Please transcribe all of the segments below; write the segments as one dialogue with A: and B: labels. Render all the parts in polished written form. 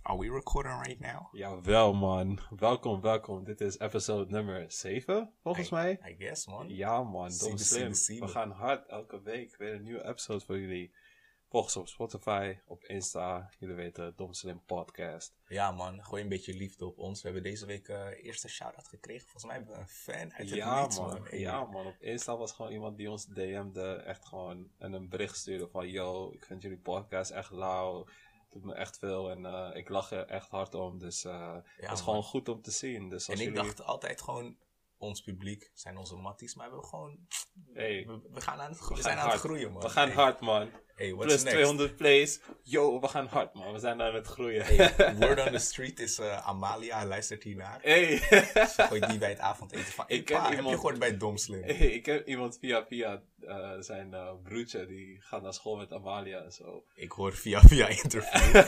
A: Are we recording right now?
B: Jawel, man. Welkom. Dit is episode nummer 7, volgens mij.
A: I guess, man.
B: Ja, man. Dom slim.
A: See
B: We gaan hard elke week weer een nieuwe episode voor jullie. Volg ons op Spotify, op Insta. Jullie weten, Dom Slim Podcast.
A: Ja, man. Gooi een beetje liefde op ons. We hebben deze week eerste shout-out gekregen. Volgens mij hebben we een fan uit het niets, man.
B: Ja, man. Op Insta was gewoon iemand die ons DM'de. Echt gewoon en een bericht stuurde van... Yo, ik vind jullie podcast echt lauw. Doet me echt veel en ik lach er echt hard om. Dus dat is gewoon goed om te zien. Dus
A: en ik
B: jullie...
A: dacht altijd gewoon... Ons publiek zijn onze matties, maar we hebben gewoon...
B: Hey,
A: we gaan aan het groeien, man.
B: We gaan hard, man.
A: Hey, what's
B: Plus
A: next?
B: 200 plays. Yo, we gaan hard, man. We zijn aan het groeien.
A: Hey, word on the street is Amalia, luistert hiernaar.
B: Hey.
A: Gooi die bij het avondeten van...
B: Ik
A: ken
B: ken
A: heb je gehoord bij Dom Slim?
B: Hey, ik heb iemand via zijn broertje, die gaat naar school met Amalia en zo.
A: Ik hoor via interview.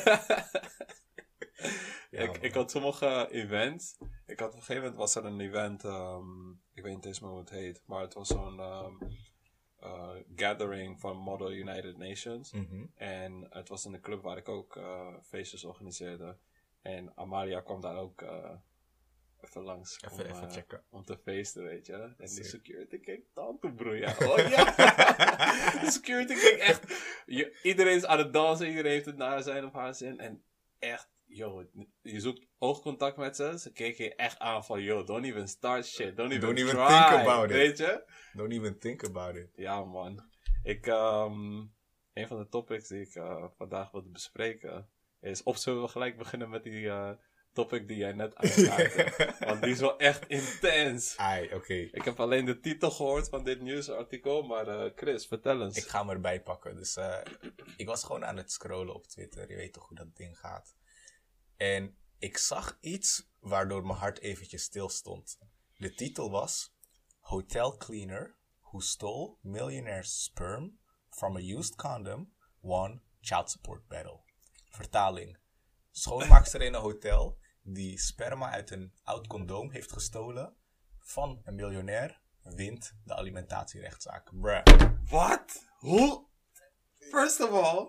B: Ja, ik had sommige events. Op een gegeven moment was er een event, ik weet niet eens meer hoe het heet, maar het was zo'n gathering van Model United Nations.
A: Mm-hmm.
B: En het was in de club waar ik ook feestjes organiseerde. En Amalia kwam daar ook even langs
A: Even checken.
B: om te feesten, weet je. En die
A: Sick.
B: security keek tante broeia. Oh ja! De security keek echt... Iedereen is aan het dansen, iedereen heeft het naar zijn of haar zin. En echt... Yo, je zoekt oogcontact met ze. Ze keken je echt aan van, yo, don't even start shit. Don't even
A: think
B: try,
A: about it.
B: weet je?
A: Don't even think about it.
B: Ja, man. Een van de topics die ik vandaag wilde bespreken is... zullen we gelijk beginnen met die topic die jij net aankaartte? Want die is wel echt intens.
A: Oké.
B: Ik heb alleen de titel gehoord van dit nieuwsartikel, maar Chris, vertel eens.
A: Ik ga hem erbij pakken. Dus ik was gewoon aan het scrollen op Twitter. Je weet toch hoe dat ding gaat. En ik zag iets waardoor mijn hart eventjes stil stond. De titel was... Hotel cleaner who stole millionaire's sperm from a used condom won child support battle. Vertaling. Schoonmaakster in een hotel die sperma uit een oud condoom heeft gestolen van een miljonair wint de alimentatierechtszaak. Bruh.
B: Wat? Hoe? First of all...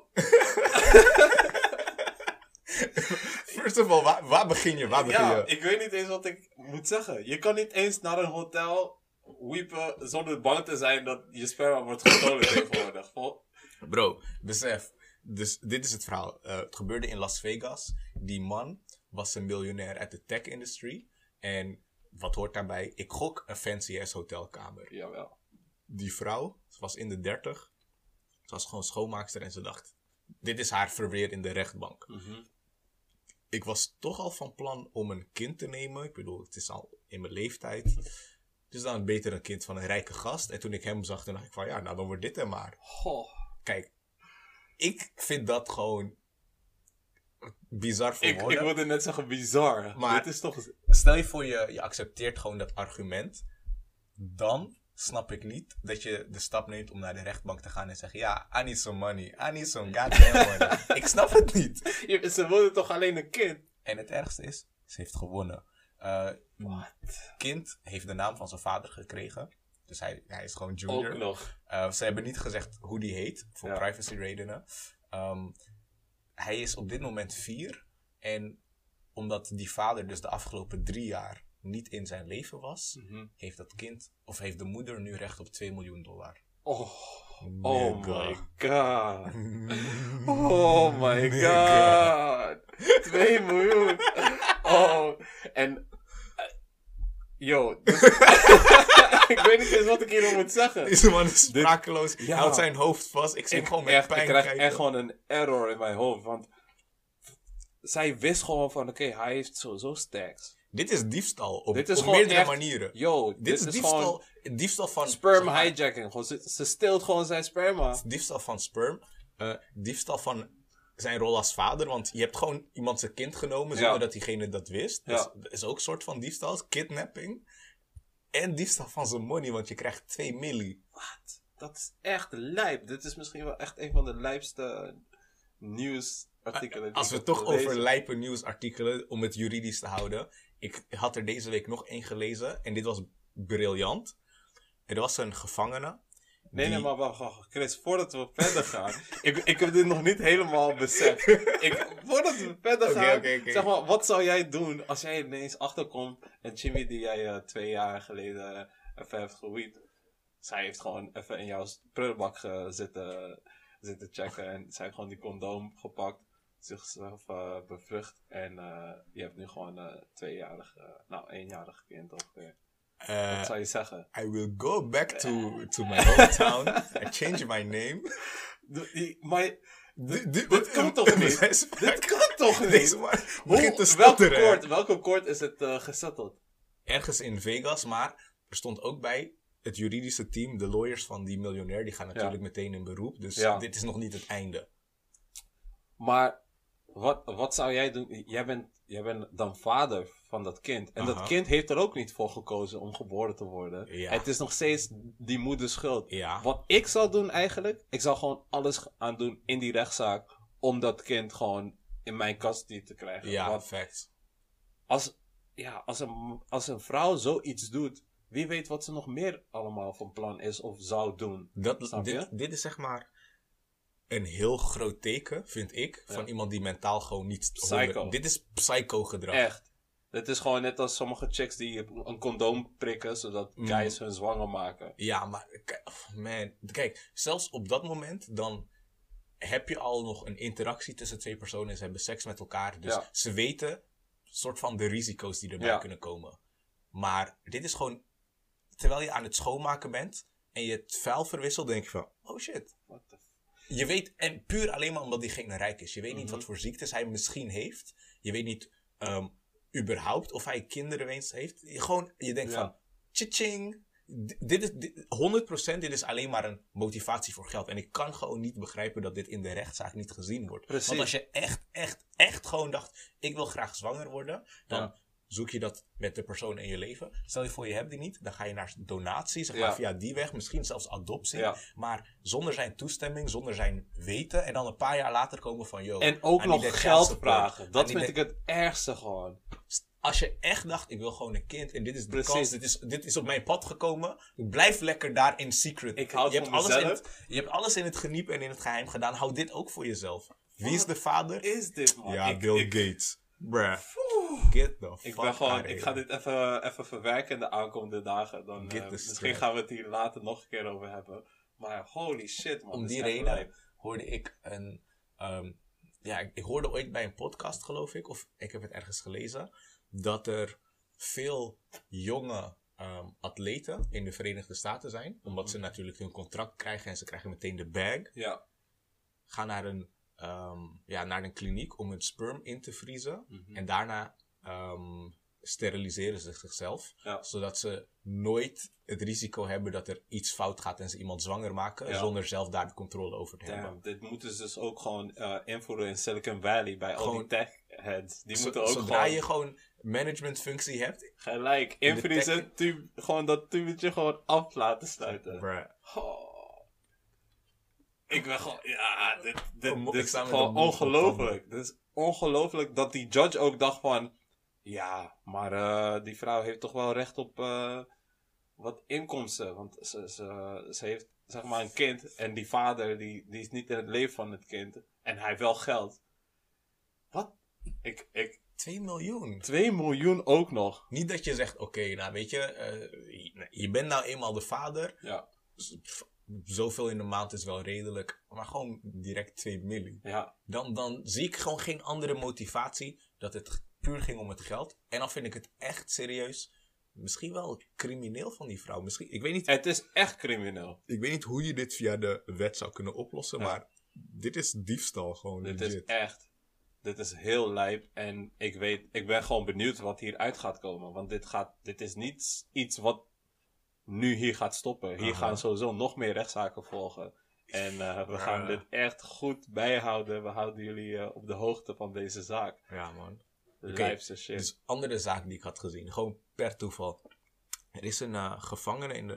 A: First of all, waar begin je?
B: Ja, ik weet niet eens wat ik moet zeggen. Je kan niet eens naar een hotel wiepen zonder bang te zijn dat je sperma wordt gestolen tegenwoordig.
A: Bro, besef. Dus dit is het verhaal. Het gebeurde in Las Vegas. Die man was een miljonair uit de tech-industry. En wat hoort daarbij? Ik gok een fancy-ass hotelkamer.
B: Jawel.
A: Die vrouw, ze was in de 30. Ze was gewoon schoonmaakster en ze dacht... Dit is haar verweer in de rechtbank.
B: Mm-hmm.
A: Ik was toch al van plan om een kind te nemen. Ik bedoel, het is al in mijn leeftijd. Dus dan beter een kind van een rijke gast. En toen ik hem zag, toen dacht ik van... Ja, nou dan wordt dit er maar.
B: Goh.
A: Kijk, ik vind dat gewoon... bizar voor
B: Ik
A: woorden.
B: wilde net zeggen bizar.
A: Maar
B: dit is toch...
A: Stel je voor je accepteert gewoon dat argument. Dan snap ik niet dat je de stap neemt om naar de rechtbank te gaan en zeggen... Ja, I need some money. I need some goddamn money. Ik snap het niet.
B: Ze wilden toch alleen een kind?
A: En het ergste is, ze heeft gewonnen.
B: Wat?
A: Kind heeft de naam van zijn vader gekregen. Dus hij is gewoon junior.
B: Ook nog.
A: Ze hebben niet gezegd hoe die heet. Voor
B: Ja.
A: privacy redenen. Hij is op dit moment 4. En omdat die vader dus de afgelopen 3 jaar niet in zijn leven was...
B: Mm-hmm.
A: heeft dat kind, of heeft de moeder nu recht op $2 miljoen.
B: Oh
A: Nigga.
B: my god. Oh my
A: Nigga.
B: god. 2 miljoen. Oh. En... yo. Ik weet niet eens wat ik hierop moet zeggen.
A: Deze man is sprakeloos.
B: Ja.
A: Hij houdt zijn hoofd vast. Ik zit gewoon met
B: echt,
A: pijn
B: ik krijg
A: kijken.
B: echt gewoon een error in mijn hoofd. Want... zij wist gewoon van... oké, hij heeft sowieso stacks.
A: Dit is diefstal op
B: Dit is
A: op
B: gewoon
A: meerdere
B: echt-
A: manieren.
B: Yo,
A: Dit is
B: gewoon
A: diefstal van...
B: sperm hijacking. Gewoon, ze steelt gewoon zijn sperma.
A: Diefstal van sperm. Diefstal van zijn rol als vader. Want je hebt gewoon iemand zijn kind genomen zonder dat diegene dat wist.
B: Ja.
A: Dus dat is ook een soort van diefstal. Kidnapping. En diefstal van zijn money, want je krijgt 2 milli.
B: Wat? Dat is echt lijp. Dit is misschien wel echt een van de lijpste nieuwsartikelen. die
A: Als we
B: ik
A: het toch
B: heb
A: over
B: gelezen.
A: lijpe nieuwsartikelen, om het juridisch te houden. Ik had er deze week nog één gelezen en dit was briljant. Er was een gevangene
B: Nee, maar wacht, Chris, voordat we verder gaan. ik heb dit nog niet helemaal beseft. Voordat we verder gaan,
A: Oké.
B: zeg maar, wat zou jij doen als jij ineens achterkomt en Jimmy die jij 2 jaar geleden even hebt geweed, zij heeft gewoon even in jouw prullenbak zitten checken en zij heeft gewoon die condoom gepakt, zichzelf bevrucht en je hebt nu gewoon een 1-jarig kind ongeveer. Wat zou je zeggen?
A: I will go back to my hometown. I change my name.
B: Maar dit kan toch niet? Dit kan toch niet?
A: Deze man begint te stutteren.
B: Welke koord is het gesetteld?
A: Ergens in Vegas, maar er stond ook bij het juridische team, de lawyers van die miljonair, die gaan natuurlijk meteen in beroep. Dus dit is nog niet het einde.
B: Maar wat zou jij doen? Jij bent dan vader van dat kind. En dat kind heeft er ook niet voor gekozen om geboren te worden.
A: Ja.
B: Het is nog steeds die moeders schuld.
A: Ja.
B: Wat ik zou doen eigenlijk, ik zou gewoon alles aan doen in die rechtszaak om dat kind gewoon in mijn custody te krijgen.
A: Ja,
B: Want
A: fact.
B: als een vrouw zoiets doet, wie weet wat ze nog meer allemaal van plan is of zou doen. Snap je?
A: Dit is zeg maar een heel groot teken, vind ik, van iemand die mentaal gewoon niet...
B: Psycho.
A: Dit is psycho gedrag.
B: Echt. Het is gewoon net als sommige chicks die een condoom prikken, zodat guys hun zwanger maken.
A: Ja, maar kijk, zelfs op dat moment, dan heb je al nog een interactie tussen 2 personen. Ze hebben seks met elkaar, dus ze weten soort van de risico's die erbij kunnen komen. Maar dit is gewoon, terwijl je aan het schoonmaken bent en je het vuil verwisselt, denk je van, oh shit.
B: What the
A: Je weet, en puur alleen maar omdat diegene rijk is. Je weet niet wat voor ziektes hij misschien heeft. Je weet niet überhaupt of hij kinderen wens heeft. Je denkt van, tjitjing. Dit is 100% dit is alleen maar een motivatie voor geld. En ik kan gewoon niet begrijpen dat dit in de rechtszaak niet gezien wordt.
B: Precies.
A: Want als je echt gewoon dacht, ik wil graag zwanger worden, dan zoek je dat met de persoon in je leven. Stel je voor je hebt die niet, dan ga je naar donaties, dan ga je via die weg, misschien zelfs adoptie. Ja. Maar zonder zijn toestemming, zonder zijn weten. En dan een paar jaar later komen van, yo.
B: En ook nog geld vragen. Dat vind ik het ergste gewoon.
A: Als je echt dacht, ik wil gewoon een kind en dit is de kans, dit is op mijn pad gekomen. Blijf lekker daar in secret. Je hebt alles in het geniep en in het geheim gedaan. Hou dit ook voor jezelf. Wie is de vader?
B: Is dit, man?
A: Ja, Bill Gates. Bruh. Get the fuck
B: Ik ga dit even verwerken in de aankomende dagen. Dan, misschien gaan we het hier later nog een keer over hebben. Maar holy shit, man.
A: Om die reden hoorde ik ik hoorde ooit bij een podcast, geloof ik, of ik heb het ergens gelezen, dat er veel jonge atleten in de Verenigde Staten zijn. Omdat ze natuurlijk hun contract krijgen en ze krijgen meteen de bag.
B: Ja.
A: Gaan naar een kliniek om hun sperm in te vriezen. En daarna steriliseren ze zichzelf. Ja. Zodat ze nooit het risico hebben dat er iets fout gaat en ze iemand zwanger maken. Zonder zelf daar de controle over te hebben.
B: Dit moeten ze dus ook gewoon invoeren in Silicon Valley bij al die tech heads. Die moeten ook
A: zodra je gewoon managementfunctie hebt.
B: Gelijk, invriezen, gewoon dat tubetje gewoon af laten sluiten. Ik ben gewoon, dit is gewoon ongelooflijk. Dit is ongelooflijk dat die judge ook dacht van, ja, maar die vrouw heeft toch wel recht op wat inkomsten. Want ze heeft, zeg maar, een kind en die vader, die is niet in het leven van het kind. En hij heeft wel geld. Wat?
A: 2 miljoen.
B: 2 miljoen ook nog.
A: Niet dat je zegt, oké, nou weet je, je bent nou eenmaal de vader.
B: Ja.
A: Zoveel in de maand is wel redelijk. Maar gewoon direct 2 miljoen.
B: Ja.
A: Dan zie ik gewoon geen andere motivatie dat het puur ging om het geld. En dan vind ik het echt serieus. Misschien wel crimineel van die vrouw. Misschien, ik weet niet.
B: Het is echt crimineel.
A: Ik weet niet hoe je dit via de wet zou kunnen oplossen. Ja. Maar dit is diefstal gewoon.
B: Dit is echt. Dit is heel lijp. En ik ben gewoon benieuwd wat hieruit gaat komen. Want dit is niet iets wat nu hier gaat stoppen. Hier gaan sowieso nog meer rechtszaken volgen. En we gaan dit echt goed bijhouden. We houden jullie op de hoogte van deze zaak.
A: Ja, man.
B: Lijpse shit.
A: Dus andere zaak die ik had gezien. Gewoon per toeval. Er is een gevangene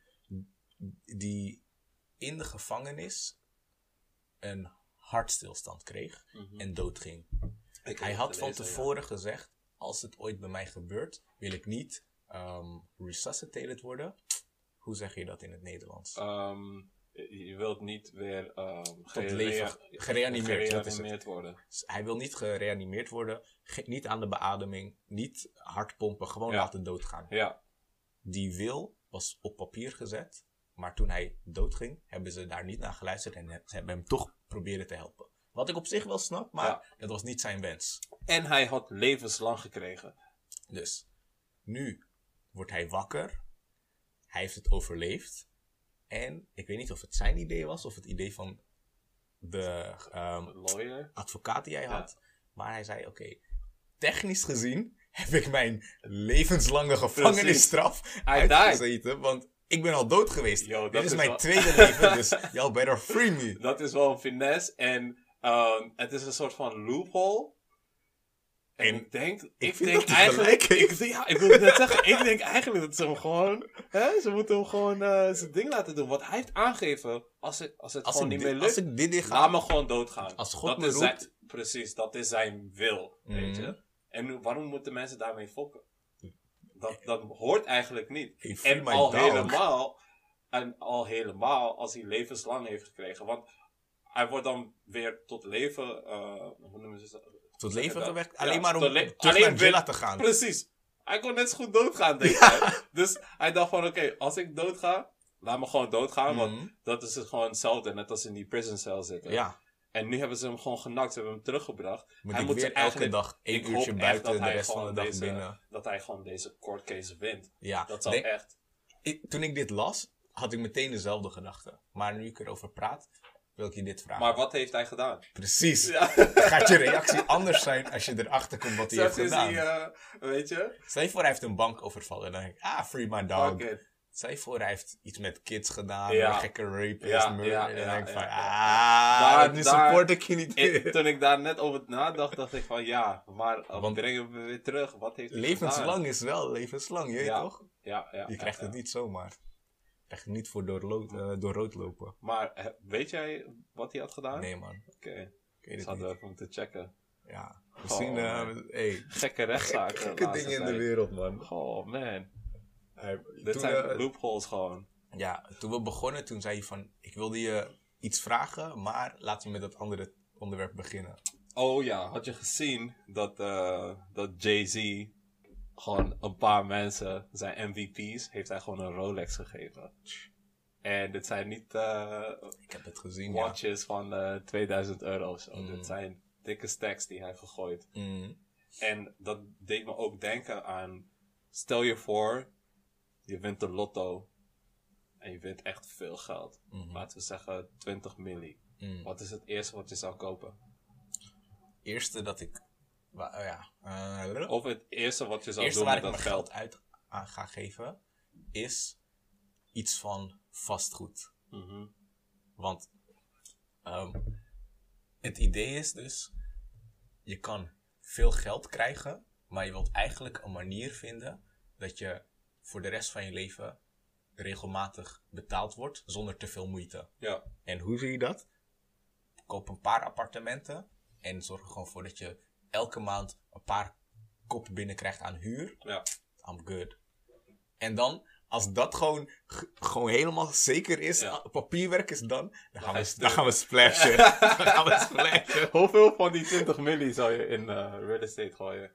A: die in de gevangenis een hartstilstand kreeg en doodging. Hij had van tevoren gezegd, als het ooit bij mij gebeurt, wil ik niet resuscitated worden. Hoe zeg je dat in het Nederlands?
B: Je wilt niet weer
A: Tot leven gereanimeerd. Dat is het.
B: worden.
A: Hij wil niet gereanimeerd worden. Niet aan de beademing. Niet hard pompen. Gewoon laten doodgaan.
B: Ja.
A: Die wil was op papier gezet. Maar toen hij doodging, hebben ze daar niet naar geluisterd. En ze hebben hem toch proberen te helpen. Wat ik op zich wel snap, maar dat was niet zijn wens.
B: En hij had levenslang gekregen.
A: Dus, nu wordt hij wakker. Hij heeft het overleefd. En ik weet niet of het zijn idee was of het idee van de
B: lawyer,
A: advocaat die hij had. Maar hij zei, oké, technisch gezien heb ik mijn levenslange gevangenisstraf uitgezeten. Want ik ben al dood geweest. Dit is mijn tweede leven, dus y'all better free me.
B: Dat is wel een finesse. En het is een soort van loophole. En ik denk eigenlijk... Ik wil net zeggen, ik denk eigenlijk dat ze hem gewoon... ze moeten hem gewoon zijn ding laten doen. Wat hij heeft aangegeven, als het gewoon niet meer lukt, laat me gewoon doodgaan.
A: Als God me roept...
B: Precies, dat is zijn wil, weet je. En waarom moeten mensen daarmee fokken? Dat hoort eigenlijk niet. En al helemaal als hij levenslang heeft gekregen. Want hij wordt dan weer tot leven... hoe noemen ze dat?
A: Tot leven gewekt? Alleen maar om terug naar Villa te gaan.
B: Precies. Hij kon net zo goed doodgaan, denk ik. Dus hij dacht van, oké, als ik doodga, laat me gewoon doodgaan. Want dat is het gewoon hetzelfde, net als in die prison cell zitten.
A: Ja.
B: En nu hebben ze hem gewoon genakt, ze hebben hem teruggebracht.
A: Hij moet weer elke dag 1 uurtje buiten, de rest van de dag binnen.
B: Dat hij gewoon deze court case wint.
A: Ja.
B: Dat zou echt...
A: Toen ik dit las, had ik meteen dezelfde gedachte. Maar nu ik erover praat, wil ik je dit vragen.
B: Maar wat heeft hij gedaan?
A: Precies. Ja. Gaat je reactie anders zijn als je erachter komt wat hij heeft gedaan?
B: Weet je?
A: Stel je voor, hij heeft een bank overvallen. En dan denk ik, free my dog. Stel je voor, hij heeft iets met kids gedaan. Een gekke rapist, murder. En dan denk ik van, nu support ik je niet meer.
B: Toen ik daar net over nadacht, dacht ik van, maar brengen we weer terug. Wat heeft hij
A: levenslang
B: gedaan?
A: Is wel levenslang, je toch?
B: Ja.
A: Je krijgt het niet zomaar. Je krijgt het niet voor door rood lopen.
B: Maar weet jij wat hij had gedaan?
A: Nee, man.
B: Oké. Dat hadden we even moeten checken.
A: Ja. Misschien,
B: gekke rechtszaken.
A: Gekke dingen in de wereld, man.
B: Oh, man. Dit zijn loopholes gewoon.
A: Ja, toen we begonnen, toen zei je van... Ik wilde je iets vragen, maar laten we met dat andere onderwerp beginnen.
B: Oh ja, had je gezien dat Jay-Z... gewoon een paar mensen, zijn MVP's, heeft hij gewoon een Rolex gegeven. En dit zijn niet
A: ik heb het gezien,
B: watches van €2000 of zo. Dit zijn dikke stacks die hij heeft gegooid. En dat deed me ook denken aan... Stel je voor, je wint de lotto. En je wint echt veel geld. Laten we zeggen 20 milli. Wat is het eerste wat je zou kopen?
A: Eerste dat ik...
B: Of het eerste wat je zou
A: eerste
B: doen
A: waar
B: met
A: ik
B: dat
A: mijn
B: geld
A: uit aan ga geven... is iets van vastgoed. Want... het idee is dus... Je kan veel geld krijgen... maar je wilt eigenlijk een manier vinden... dat je voor de rest van je leven... regelmatig betaald wordt... zonder te veel moeite.
B: Ja.
A: En hoe zie je dat? Koop een paar appartementen... en zorg er gewoon voor dat je... elke maand een paar kop binnenkrijgt aan huur.
B: Ja.
A: I'm good. En dan, als dat gewoon helemaal zeker is, papierwerk is dan gaan we splashen. Dan gaan we splashen.
B: Hoeveel van die 20 milli zou je in real estate gooien?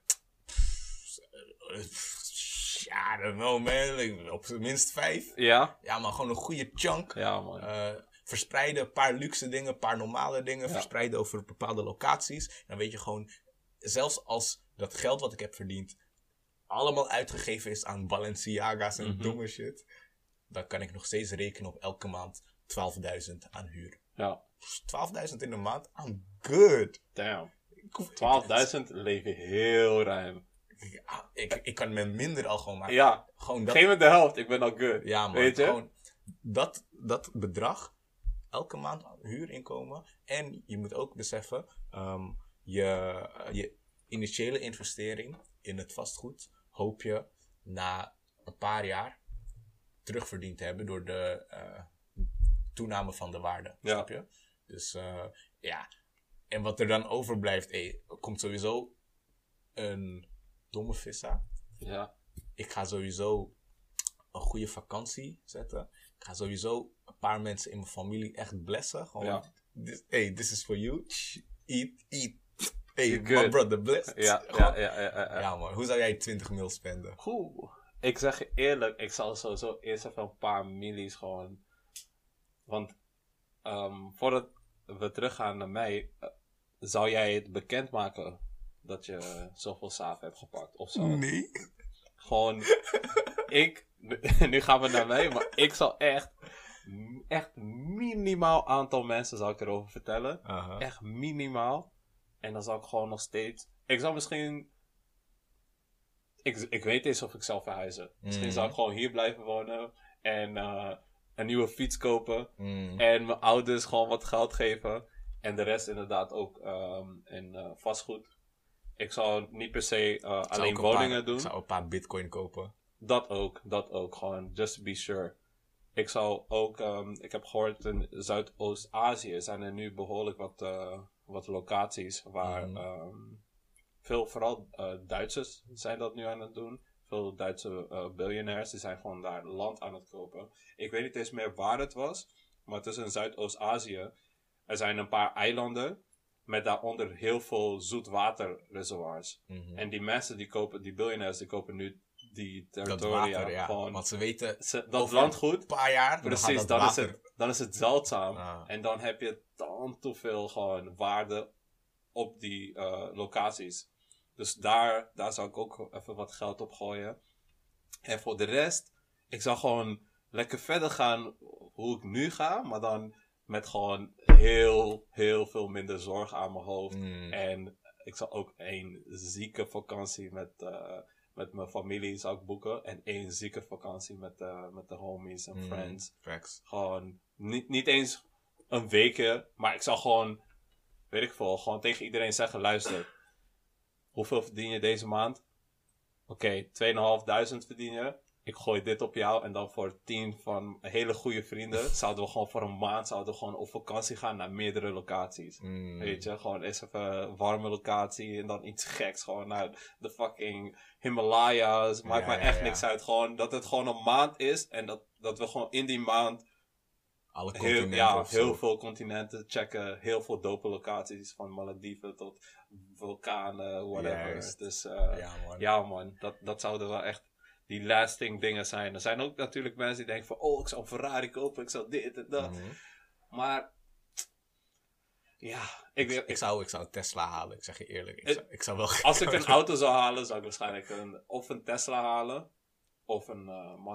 A: I don't know, man. Op zijn minst 5.
B: Ja?
A: Ja, maar gewoon een goede chunk.
B: Ja, man.
A: Verspreiden, een paar luxe dingen, een paar normale dingen. Verspreiden over bepaalde locaties. Dan weet je gewoon, zelfs als dat geld wat ik heb verdiend... allemaal uitgegeven is aan Balenciaga's en domme shit... dan kan ik nog steeds rekenen op elke maand 12.000 aan huur.
B: Ja.
A: 12.000 in de maand? I'm good.
B: Damn. 12.000 leef je heel ruim.
A: Ik kan met minder al gewoon maken.
B: Ja,
A: gewoon dat...
B: geef me de helft, ik ben al good.
A: Ja, man.
B: Weet je?
A: Gewoon dat bedrag, elke maand aan huurinkomen. En je moet ook beseffen, je initiële investering in het vastgoed hoop je na een paar jaar terugverdiend te hebben door de toename van de waarde.
B: Ja.
A: Snap je? Dus en wat er dan overblijft, komt sowieso een domme vissa.
B: Ja.
A: Ik ga sowieso een goede vakantie zetten. Ik ga sowieso een paar mensen in mijn familie echt blessen. Gewoon,
B: Ja.
A: This is for you. Eat. Hey,
B: You're
A: my
B: good.
A: brother, blessed.
B: Ja,
A: Gewoon-
B: ja.
A: Ja, man. Hoe zou jij 20 mil spenden?
B: Ik zeg je eerlijk, ik zal sowieso eerst even een paar millies gewoon. Want voordat we teruggaan naar mij, zou jij het bekendmaken dat je zoveel saaf hebt gepakt of zo?
A: Nee.
B: Gewoon, nu gaan we naar mij, maar ik zal echt minimaal aantal mensen zal ik erover vertellen.
A: Aha.
B: Echt minimaal. En dan zal ik gewoon nog steeds, ik zal misschien, ik weet niet eens of ik zal verhuizen. Misschien zal ik gewoon hier blijven wonen en een nieuwe fiets kopen. En mijn ouders gewoon wat geld geven. En de rest inderdaad ook in vastgoed. Ik zou niet per se alleen woningen doen.
A: Ik zou een paar bitcoin kopen.
B: Dat ook. Gewoon, just to be sure. Ik zou ook, ik heb gehoord in Zuidoost-Azië zijn er nu behoorlijk wat locaties waar veel, vooral Duitsers zijn dat nu aan het doen. Veel Duitse biljonairs, die zijn gewoon daar land aan het kopen. Ik weet niet eens meer waar het was, maar het is in Zuidoost-Azië. Er zijn een paar eilanden met daaronder heel veel zoetwaterreservoirs. En die mensen die biljonairs, die kopen nu die territoria.
A: Dat water, ja.
B: Gewoon,
A: Want ze weten,
B: dat
A: over
B: landgoed,
A: een paar jaar,
B: precies, dan is het zeldzaam. En dan heb je dan te veel gewoon waarde op die locaties. Dus daar zou ik ook even wat geld op gooien. En voor de rest, ik zal gewoon lekker verder gaan hoe ik nu ga, maar dan met gewoon heel veel minder zorg aan mijn hoofd. En ik zal ook één zieke vakantie met mijn familie zou ik boeken. En één zieke vakantie met de homies en friends.
A: Facts.
B: Gewoon niet eens een weekje, maar ik zal gewoon, weet ik veel, gewoon tegen iedereen zeggen, luister, hoeveel verdien je deze maand? Oké, 2.500 verdien je. Ik gooi dit op jou en dan voor 10 van hele goede vrienden zouden we gewoon voor een maand op vakantie gaan naar meerdere locaties. Weet je, gewoon eens even een warme locatie en dan iets geks. Gewoon naar de fucking Himalaya's. Maakt mij echt niks uit. Gewoon dat het gewoon een maand is en dat we gewoon in die maand
A: alle continenten
B: heel veel continenten checken. Heel veel dope locaties van Malediven tot vulkanen, whatever.
A: Juist.
B: Dus
A: Ja, man.
B: Dat zouden wel echt die lasting dingen zijn. Er zijn ook natuurlijk mensen die denken van, oh, ik zou een Ferrari kopen, ik zou dit en dat. Maar, ja.
A: Ik zou een Tesla halen, ik zeg je eerlijk. Ik zou wel...
B: Als ik een auto zou halen, zou ik waarschijnlijk of een Tesla halen, of een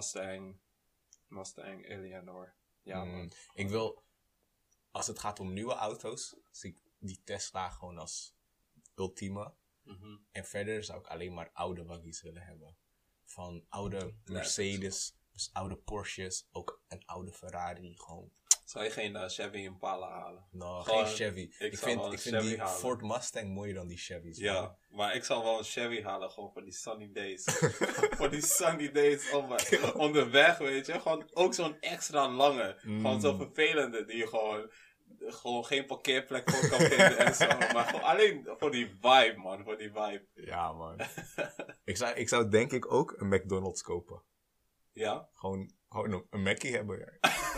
B: Mustang Eleanor. Ja, man.
A: Ik wil, als het gaat om nieuwe auto's, zie ik die Tesla gewoon als ultieme. En verder zou ik alleen maar oude waggies willen hebben. Van oude Mercedes, dus oude Porsches, ook een oude Ferrari, gewoon.
B: Zou je geen Chevy Impala halen?
A: Nou,
B: Gewoon,
A: geen Chevy. Ik vind die
B: halen.
A: Ford Mustang mooier dan die Chevys.
B: Ja,
A: man.
B: maar ik zou wel een Chevy halen, gewoon voor die sunny days. Voor die sunny days onderweg, weet je. Gewoon ook zo'n extra lange. Gewoon zo'n vervelende, die je gewoon geen parkeerplek voor kan vinden en zo. Maar gewoon alleen voor die vibe, man. Voor die vibe.
A: Ja, man. ik zou denk ik ook een McDonald's kopen.
B: Ja?
A: Gewoon een Mackie hebben.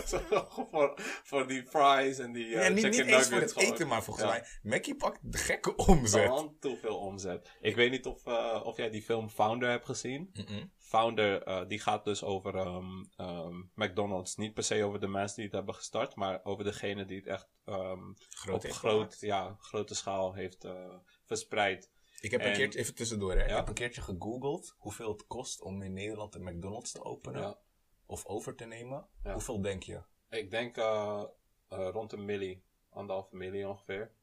B: voor die fries en die
A: Ja, niet
B: chicken
A: eens
B: nuggets.
A: voor het
B: gewoon.
A: eten, maar volgens mij, Mackie pakt de gekke omzet.
B: Dan te veel omzet. Ik weet niet of jij die film Founder hebt gezien. Founder, die gaat dus over McDonald's. Niet per se over de mensen die het hebben gestart, maar over degene die het echt grote schaal heeft verspreid.
A: Ik heb een keertje, even tussendoor, hè. Ik heb een keertje gegoogeld hoeveel het kost om in Nederland een McDonald's te openen.
B: Ja.
A: Of over te nemen.
B: Ja.
A: Hoeveel denk je?
B: Ik denk rond een milli. 1,5 milli ongeveer.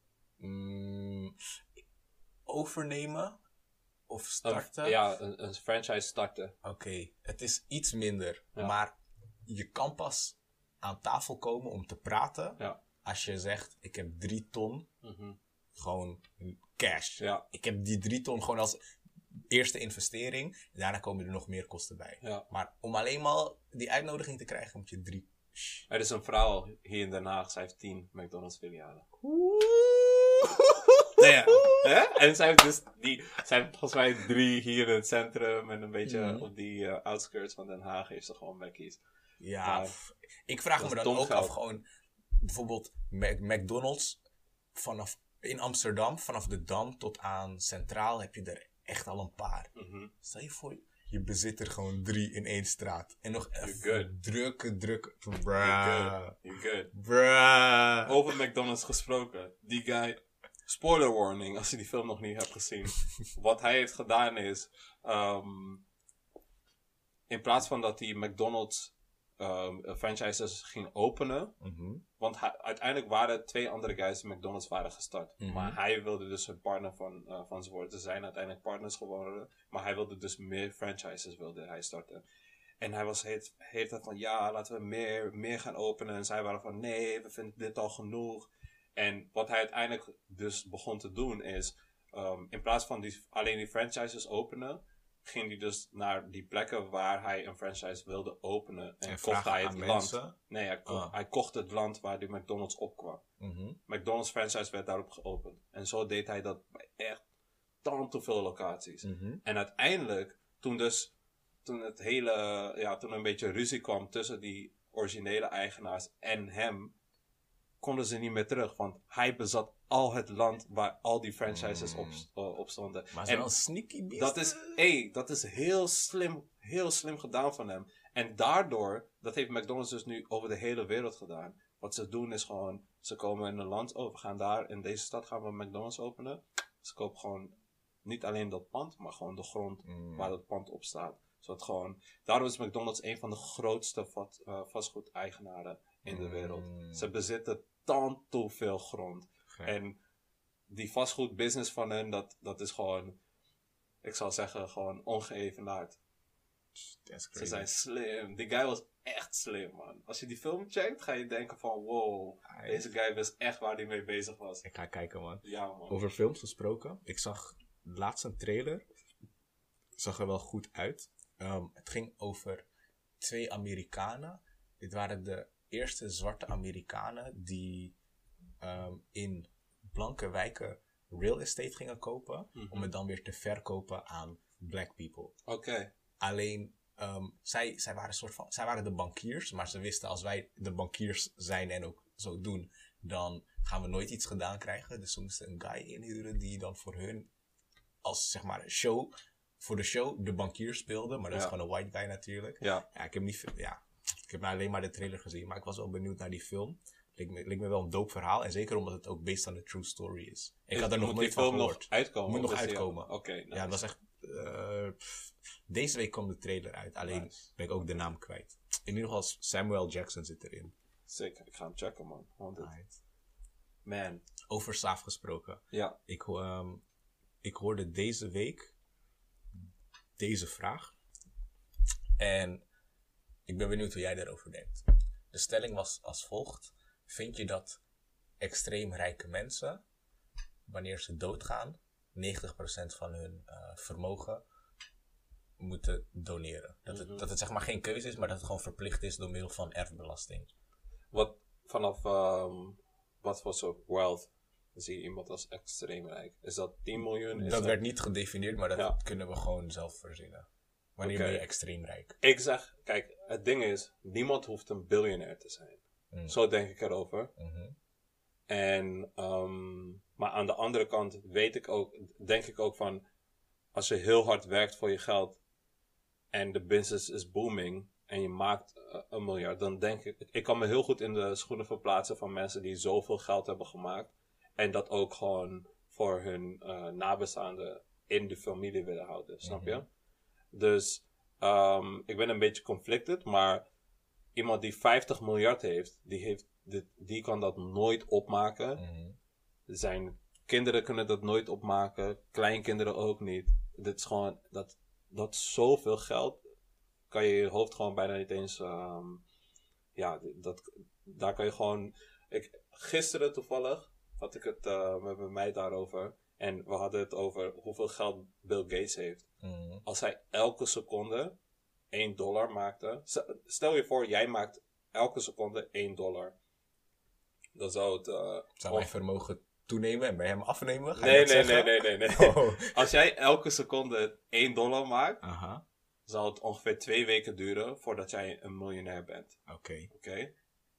A: Overnemen? Of starten?
B: Een franchise starten.
A: Oké, het is iets minder.
B: Ja.
A: Maar je kan pas aan tafel komen om te praten. Als je zegt, ik heb 3 ton. Gewoon cash.
B: Ja.
A: Ik heb die 3 ton gewoon als eerste investering. Daarna komen er nog meer kosten bij.
B: Ja.
A: Maar om alleen maar die uitnodiging te krijgen, moet je 3...
B: Er is een vrouw hier in Den Haag. Zij heeft 10 McDonald's filialen. Hè? En zij heeft volgens mij 3 hier in het centrum en een beetje op die outskirts van Den Haag heeft ze gewoon Mackies.
A: Ja,
B: Maar
A: ik vraag
B: dat
A: me
B: is
A: dan
B: dom
A: ook
B: geld.
A: af, gewoon bijvoorbeeld McDonald's in Amsterdam, vanaf de Dam tot aan Centraal heb je er echt al een paar. Stel je voor, je bezit er gewoon 3 in 1 straat. En nog even drukke.
B: You're good.
A: Bruh.
B: Over McDonald's gesproken. Die guy, spoiler warning als je die film nog niet hebt gezien. Wat hij heeft gedaan is, in plaats van dat hij McDonald's franchises ging openen. Want uiteindelijk waren 2 andere guys die McDonald's waren gestart. Maar hij wilde dus een partner van ze worden. Ze zijn uiteindelijk partners geworden. Maar hij wilde dus meer franchises wilde hij starten. En hij was heet van ja, laten we meer gaan openen. En zij waren van nee, we vinden dit al genoeg. En wat hij uiteindelijk dus begon te doen is, in plaats van alleen die franchises openen, ging hij dus naar die plekken waar hij een franchise wilde openen. En kocht hij het land.
A: Mensen?
B: Nee, hij kocht het land waar die McDonald's opkwam. McDonald's franchise werd daarop geopend. En zo deed hij dat bij echt te veel locaties. En uiteindelijk, toen er een beetje ruzie kwam tussen die originele eigenaars en hem, konden ze niet meer terug. Want hij bezat al het land waar al die franchises op stonden.
A: Maar het is wel een sneaky beast.
B: Dat is heel slim gedaan van hem. En daardoor, dat heeft McDonald's dus nu over de hele wereld gedaan. Wat ze doen is gewoon, ze komen in een land, we gaan daar, in deze stad gaan we McDonald's openen. Ze kopen gewoon niet alleen dat pand, maar gewoon de grond waar dat pand op staat. Zodat gewoon, daarom is McDonald's een van de grootste vastgoedeigenaren in de wereld. Ze bezitten te veel grond. En die vastgoedbusiness van hen, dat is gewoon, ik zal zeggen, gewoon ongeëvenaard. Ze zijn slim. Die guy was echt slim, man. Als je die film checkt, ga je denken van wow, deze guy wist echt waar hij mee bezig was.
A: Ik ga kijken, man.
B: Ja, man.
A: Over films gesproken. Ik zag laatst een trailer. Zag er wel goed uit. Het ging over 2 Amerikanen. Dit waren de eerste zwarte Amerikanen die in blanke wijken real estate gingen kopen. Om het dan weer te verkopen aan black people.
B: Oké.
A: Alleen, zij waren de bankiers. Maar ze wisten, als wij de bankiers zijn en ook zo doen, dan gaan we nooit iets gedaan krijgen. Dus ze moesten een guy inhuren die dan voor hun, als zeg maar voor de show, de bankier speelde. Maar dat is gewoon een white guy natuurlijk.
B: Ja.
A: Ik heb alleen maar de trailer gezien. Maar ik was wel benieuwd naar die film. Leek me wel een dope verhaal. En zeker omdat het ook based on a true story is. Ik had er nog nooit van gehoord. Moet nog uitkomen.
B: Oké, nice.
A: Ja, het was echt... deze week kwam de trailer uit. Alleen ben ik ook de naam kwijt. In ieder geval Samuel Jackson zit erin.
B: Zeker, ik ga hem checken, man. Man.
A: Over Saaf gesproken.
B: Ja.
A: Ik hoorde deze week deze vraag. En ik ben benieuwd hoe jij daarover denkt. De stelling was als volgt. Vind je dat extreem rijke mensen, wanneer ze doodgaan, 90% van hun vermogen moeten doneren? Dat het zeg maar geen keuze is, maar dat het gewoon verplicht is door middel van erfbelasting.
B: Wat voor soort wealth zie je iemand als extreem rijk? Is dat 10 miljoen?
A: Dat werd niet gedefinieerd, maar dat kunnen we gewoon zelf verzinnen. Wanneer ben je extreem rijk?
B: Ik zeg, kijk, het ding is, niemand hoeft een biljonair te zijn. Zo denk ik erover. En, maar aan de andere kant denk ik ook van, als je heel hard werkt voor je geld en de business is booming en je maakt $1 miljard, dan denk ik kan me heel goed in de schoenen verplaatsen van mensen die zoveel geld hebben gemaakt en dat ook gewoon voor hun nabestaanden in de familie willen houden, snap je? Dus ik ben een beetje conflicted, maar iemand die 50 miljard heeft, die kan dat nooit opmaken. Zijn kinderen kunnen dat nooit opmaken, kleinkinderen ook niet. Dit is gewoon, dat zoveel geld, kan je hoofd gewoon bijna niet eens, daar kan je gewoon, gisteren toevallig had ik het met mijn meid daarover. En we hadden het over hoeveel geld Bill Gates heeft. Als hij elke seconde $1 maakte. Stel je voor, jij maakt elke seconde $1. Dan zou het...
A: zou mijn vermogen toenemen en bij hem afnemen? Ga je
B: Nee,
A: dat
B: nee,
A: zeggen?
B: nee.
A: Oh.
B: Als jij elke seconde $1 maakt,
A: Aha,
B: zal het ongeveer 2 weken duren voordat jij een miljonair bent.
A: oké.
B: Oké?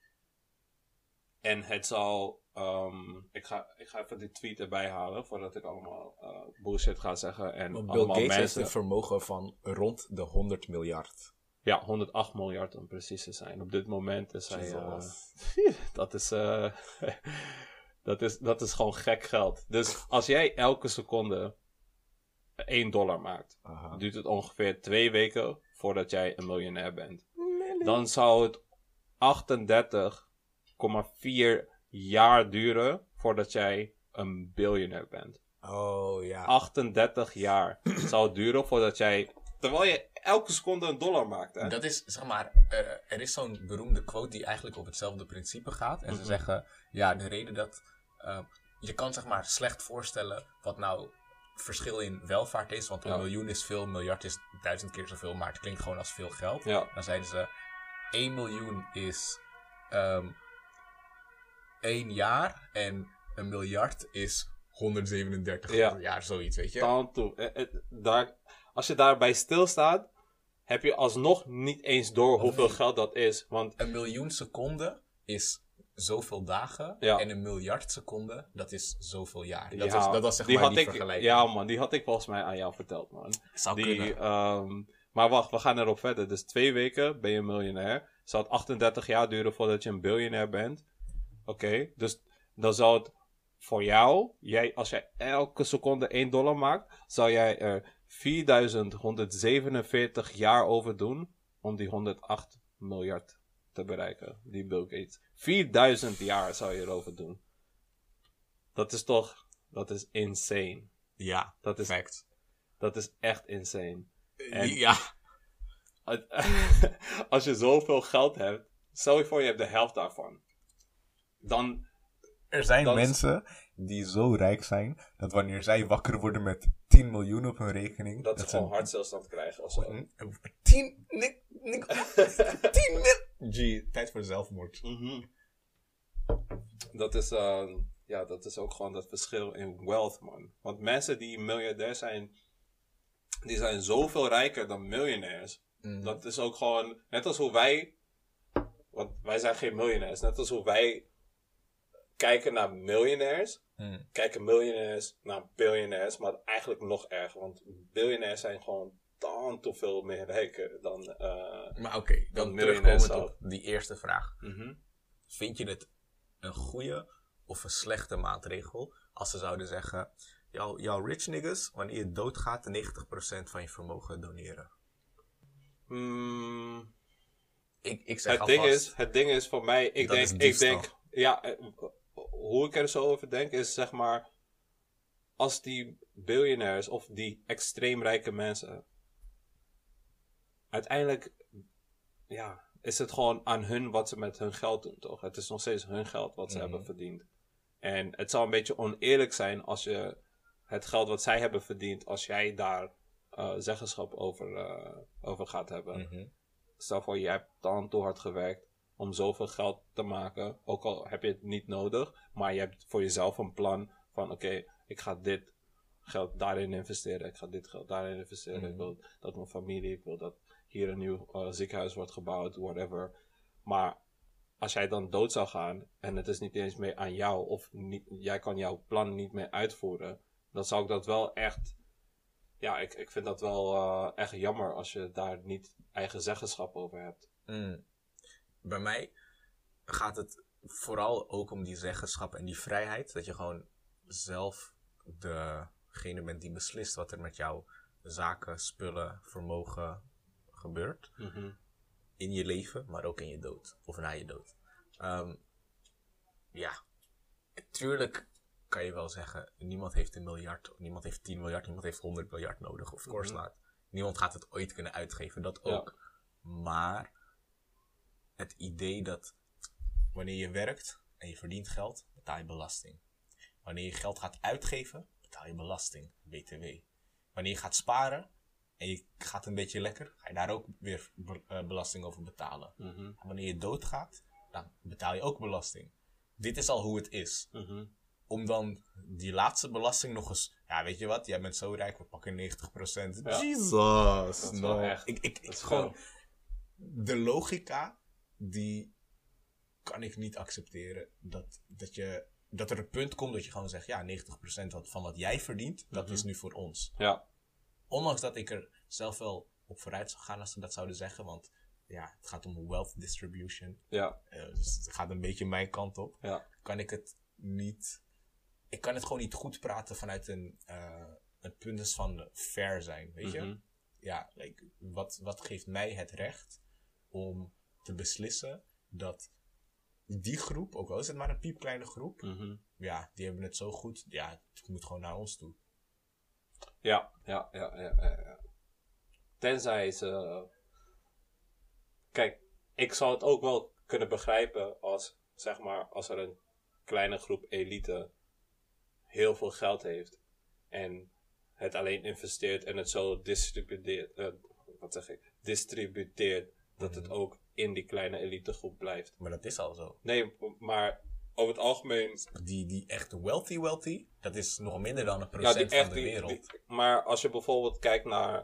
B: En het zal... ik ga even die tweet erbij halen voordat ik allemaal bullshit ga zeggen. En
A: Want Bill
B: allemaal
A: Gates heeft
B: mensen...
A: een vermogen van rond de 100 miljard.
B: Ja, 108 miljard om precies te zijn. Op dit moment is hij...
A: Jesus.
B: dat is... dat is gewoon gek geld. Dus als jij elke seconde $1 maakt,
A: Aha.
B: duurt het ongeveer 2 weken voordat jij een miljonair bent. Dan zou het 38,4 jaar duren voordat jij een biljonair bent.
A: Oh ja.
B: 38 jaar zou het duren voordat jij... Terwijl je elke seconde $1 maakt, hè?
A: Dat is, zeg maar, er is zo'n beroemde quote die eigenlijk op hetzelfde principe gaat. En ze zeggen, ja, de reden dat... je kan, zeg maar, slecht voorstellen wat nou verschil in welvaart is. Want een miljoen is veel, een miljard is 1000 keer zoveel. Maar het klinkt gewoon als veel geld.
B: Ja.
A: Dan zeiden ze, 1 miljoen is 1 jaar. En een miljard is 137 jaar, zoiets, weet je.
B: Dan toe. Als je daarbij stilstaat, heb je alsnog niet eens door hoeveel geld dat is. Want
A: Een miljoen seconden is zoveel dagen.
B: Ja.
A: En een miljard seconden, dat is zoveel jaar.
B: ja,
A: Dat was zeg maar die vergelijking.
B: Ja man, die had ik volgens mij aan jou verteld, man.
A: Zou kunnen.
B: Maar wacht, we gaan erop verder. Dus 2 weken ben je miljonair. Zou het 38 jaar duren voordat je een biljonair bent. Oké, dus dan zou het voor jou, als jij elke seconde $1 maakt, zou jij er 4147 jaar over doen om die 108 miljard te bereiken, die Bill Gates. 4000 jaar zou je erover doen. Dat is insane.
A: Ja,
B: Dat is
A: fact.
B: Dat is echt insane. En
A: Ja.
B: als je zoveel geld hebt, stel je voor je hebt de helft daarvan. Dan...
A: Er zijn
B: Dat is-
A: mensen die zo rijk zijn, dat wanneer zij wakker worden met 10 miljoen op hun rekening...
B: Dat ze gewoon hartstilstand krijgen of zo.
A: 10 mil... G, tijd voor zelfmoord.
B: Mhm. Dat is ook gewoon dat verschil in wealth, man. Want mensen die miljardair zijn, die zijn zoveel rijker dan miljonairs. Dat is ook gewoon, net als hoe wij, want wij zijn geen miljonairs, net als hoe wij kijken naar miljonairs, kijken miljonairs naar biljonairs, maar eigenlijk nog erger, want biljonairs zijn gewoon dan te veel meer rijker dan
A: Maar oké, dan
B: miljonairs
A: terugkomend op die eerste vraag.
B: Mhm.
A: Vind je het een goede of een slechte maatregel als ze zouden zeggen... Jouw rich niggas, wanneer je doodgaat, 90% van je vermogen doneren? Ik zeg
B: Het ding is voor mij, ik denk, hoe ik er zo over denk is zeg maar, als die biljonairs of die extreem rijke mensen, uiteindelijk, is het gewoon aan hun wat ze met hun geld doen, toch? Het is nog steeds hun geld wat ze hebben verdiend. En het zou een beetje oneerlijk zijn als je het geld wat zij hebben verdiend, als jij daar zeggenschap over gaat hebben. Stel voor, je hebt dan te hard gewerkt om zoveel geld te maken. Ook al heb je het niet nodig. Maar je hebt voor jezelf een plan van... Oké, ik ga dit geld daarin investeren. Ik ga dit geld daarin investeren. Ik wil dat mijn familie... Ik wil dat hier een nieuw ziekenhuis wordt gebouwd. Whatever. Maar als jij dan dood zou gaan... En het is niet eens meer aan jou... Of jij kan jouw plan niet meer uitvoeren... Dan zou ik dat wel echt... Ja, ik vind dat wel echt jammer als je daar niet eigen zeggenschap over hebt.
A: Bij mij gaat het vooral ook om die zeggenschap en die vrijheid. Dat je gewoon zelf degene bent die beslist wat er met jouw zaken, spullen, vermogen gebeurt. In je leven, maar ook in je dood. Of na je dood. Tuurlijk kan je wel zeggen, niemand heeft 1 miljard, niemand heeft 10 miljard, niemand heeft 100 miljard nodig. Of course not. Niemand gaat het ooit kunnen uitgeven, dat ook. Maar het idee dat wanneer je werkt en je verdient geld, betaal je belasting. Wanneer je geld gaat uitgeven, betaal je belasting, BTW. Wanneer je gaat sparen en je gaat een beetje lekker, ga je daar ook weer belasting over betalen. En wanneer je doodgaat, dan betaal je ook belasting. Dit is al hoe het is. om dan die laatste belasting nog eens... Ja, weet je wat? Jij bent zo rijk, we pakken 90%.
B: Ja.
A: Jesus!
B: Dat is wel
A: No.
B: echt.
A: Ik
B: Dat is
A: gewoon... De logica, die kan ik niet accepteren. Dat er een punt komt dat je gewoon zegt... Ja, 90% van wat jij verdient, dat is nu voor ons.
B: Ja.
A: Ondanks dat ik er zelf wel op vooruit zou gaan als ze dat zouden zeggen. Want ja, het gaat om wealth distribution.
B: Ja.
A: Dus het gaat een beetje mijn kant op.
B: Ja.
A: Kan ik het niet... Ik kan het gewoon niet goed praten vanuit een punt dus van fair zijn, weet je? Ja, like, wat geeft mij het recht om te beslissen dat die groep, ook al is het maar een piepkleine groep, ja, die hebben het zo goed, ja, het moet gewoon naar ons toe.
B: Ja. Tenzij ze... Kijk, ik zou het ook wel kunnen begrijpen als, zeg maar, als er een kleine groep elite heel veel geld heeft en het alleen investeert en het zo distributeert dat het ook in die kleine elitegroep blijft.
A: Maar dat is al zo.
B: Nee, maar over het algemeen...
A: Die echt wealthy, dat is nog minder dan 1% van de wereld.
B: Maar als je bijvoorbeeld kijkt naar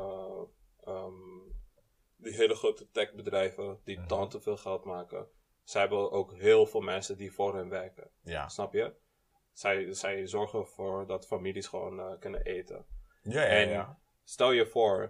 B: die hele grote techbedrijven die dan te veel geld maken. Zij hebben ook heel veel mensen die voor hen werken.
A: Ja.
B: Snap je? Zij zorgen ervoor dat families gewoon kunnen eten.
A: Ja.
B: Stel je voor,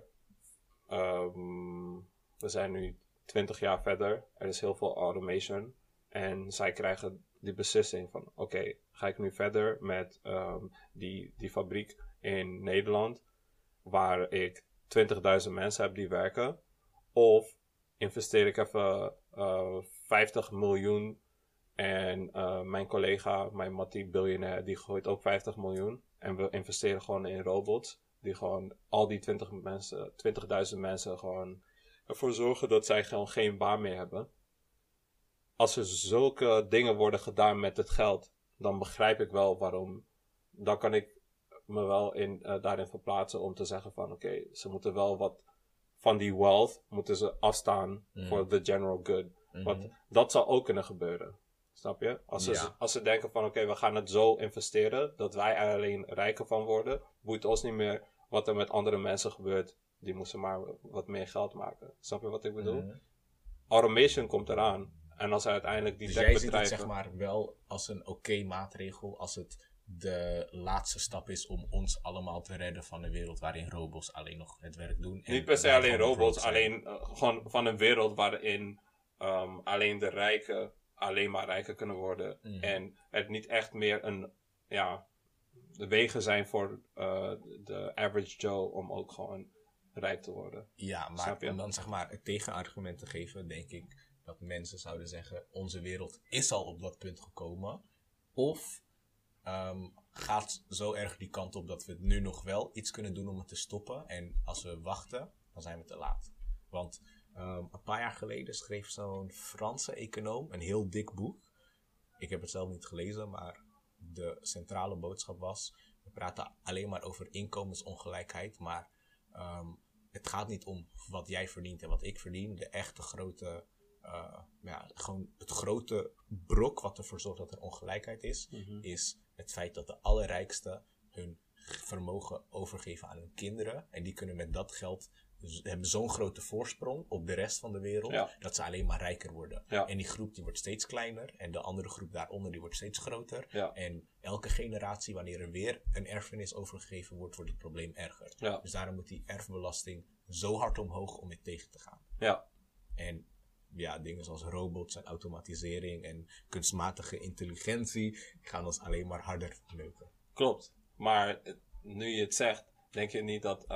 B: we zijn nu 20 jaar verder. Er is heel veel automation. En zij krijgen die beslissing van... Oké, ga ik nu verder met die fabriek in Nederland... waar ik 20.000 mensen heb die werken... Of investeer ik even 50 miljoen... en mijn collega, mijn Mattie biljonair... die gooit ook 50 miljoen... en we investeren gewoon in robots... die gewoon al die 20.000 mensen gewoon... ervoor zorgen dat zij gewoon geen baan meer hebben... Als er zulke dingen worden gedaan met het geld, dan begrijp ik wel waarom. Dan kan ik me wel daarin verplaatsen om te zeggen van oké, ze moeten wel wat van die wealth moeten ze afstaan voor the general good. Want dat zou ook kunnen gebeuren. Snap je? Als ze denken van oké, we gaan het zo investeren dat wij er alleen rijker van worden, boeit ons niet meer wat er met andere mensen gebeurt. Die moeten maar wat meer geld maken. Snap je wat ik bedoel? Automation komt eraan. En als uiteindelijk die
A: dus jij ziet het
B: techbedrijven...
A: zeg maar wel als een oké maatregel als het de laatste stap is om ons allemaal te redden van een wereld waarin robots alleen nog het werk doen. En
B: niet per se alleen robots, alleen gewoon van een wereld waarin alleen de rijken alleen maar rijker kunnen worden. En het niet echt meer de wegen zijn voor de average Joe om ook gewoon rijk te worden.
A: Ja, maar om dan zeg maar het tegenargument te geven, denk ik dat mensen zouden zeggen, onze wereld is al op dat punt gekomen. Of gaat zo erg die kant op dat we nu nog wel iets kunnen doen om het te stoppen. En als we wachten, dan zijn we te laat. Want een paar jaar geleden schreef zo'n Franse econoom een heel dik boek. Ik heb het zelf niet gelezen, maar de centrale boodschap was, we praten alleen maar over inkomensongelijkheid, maar het gaat niet om wat jij verdient en wat ik verdien. De echte grote... gewoon het grote brok wat ervoor zorgt dat er ongelijkheid is, is het feit dat de allerrijksten hun vermogen overgeven aan hun kinderen. En die kunnen met dat geld, hebben zo'n grote voorsprong op de rest van de wereld, dat ze alleen maar rijker worden.
B: Ja.
A: En die groep die wordt steeds kleiner en de andere groep daaronder die wordt steeds groter.
B: Ja.
A: En elke generatie, wanneer er weer een erfenis overgegeven wordt, wordt het probleem erger.
B: Ja.
A: Dus daarom moet die erfbelasting zo hard omhoog om het tegen te gaan.
B: Ja.
A: En ja, dingen zoals robots en automatisering en kunstmatige intelligentie gaan ons alleen maar harder neuken.
B: Klopt. Maar nu je het zegt, denk je niet dat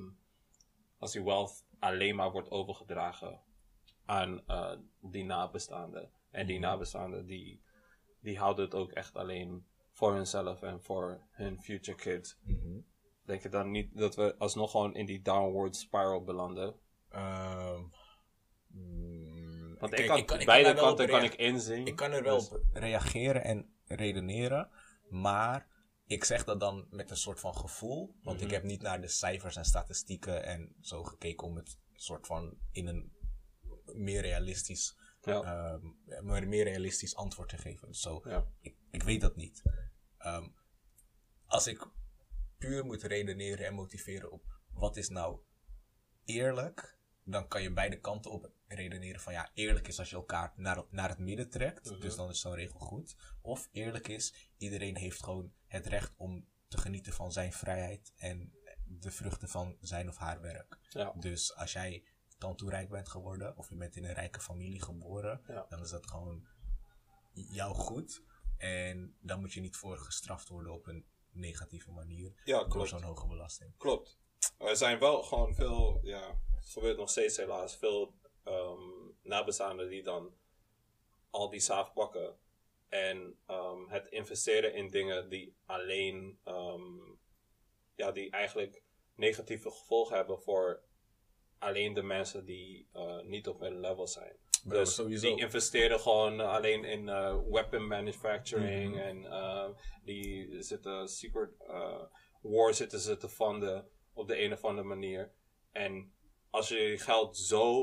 B: als die wealth alleen maar wordt overgedragen aan die nabestaanden. En die nabestaanden die houden het ook echt alleen voor hunzelf en voor hun future kids. Denk je dan niet dat we alsnog gewoon in die downward spiral belanden? Want beide kanten kan ik inzien.
A: Ik kan er wel op reageren en redeneren, maar ik zeg dat dan met een soort van gevoel, want ik heb niet naar de cijfers en statistieken en zo gekeken om het soort van in een meer realistisch antwoord te geven. Ik weet dat niet. Als ik puur moet redeneren en motiveren op wat is nou eerlijk, dan kan je beide kanten op redeneren van ja, eerlijk is als je elkaar naar het midden trekt, dus dan is zo'n regel goed. Of eerlijk is, iedereen heeft gewoon het recht om te genieten van zijn vrijheid en de vruchten van zijn of haar werk.
B: Ja.
A: Dus als jij dan toerijk bent geworden, of je bent in een rijke familie geboren, dan is dat gewoon jouw goed. En dan moet je niet voor gestraft worden op een negatieve manier door zo'n hoge belasting.
C: Klopt. Er zijn wel gewoon veel, het gebeurt nog steeds helaas, veel nabestaanden die dan al die zaag pakken en het investeren in dingen die alleen, die eigenlijk negatieve gevolgen hebben voor alleen de mensen die niet op hun level zijn.
A: Bro,
C: dus
A: sowieso.
C: die investeren gewoon alleen in weapon manufacturing en die zitten secret war zitten ze te funderen op de een of andere manier. En als je je geld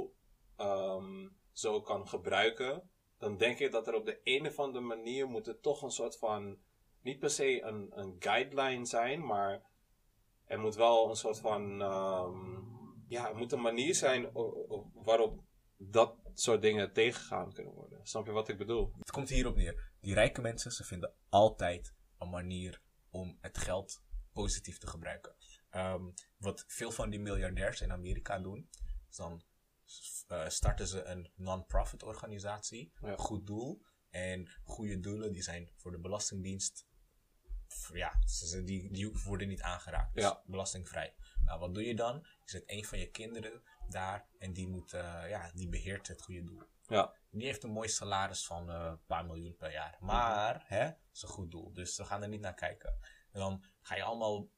C: zo kan gebruiken, dan denk ik dat er op de een of andere manier moet er toch een soort van, niet per se een guideline zijn, maar er moet wel een soort van, er moet een manier zijn waarop dat soort dingen tegengegaan kunnen worden. Snap je wat ik bedoel?
A: Het komt hierop neer. Die rijke mensen, ze vinden altijd een manier om het geld positief te gebruiken. Wat veel van die miljardairs in Amerika doen, is dan starten ze een non-profit organisatie, goed doel. En goede doelen die zijn voor de Belastingdienst, die worden niet aangeraakt. Dus belastingvrij. Nou, wat doe je dan? Je zet een van je kinderen daar en die beheert het goede doel.
B: Ja.
A: Die heeft een mooi salaris van een paar miljoen per jaar. Maar, het is een goed doel. Dus we gaan er niet naar kijken. En dan ga je allemaal,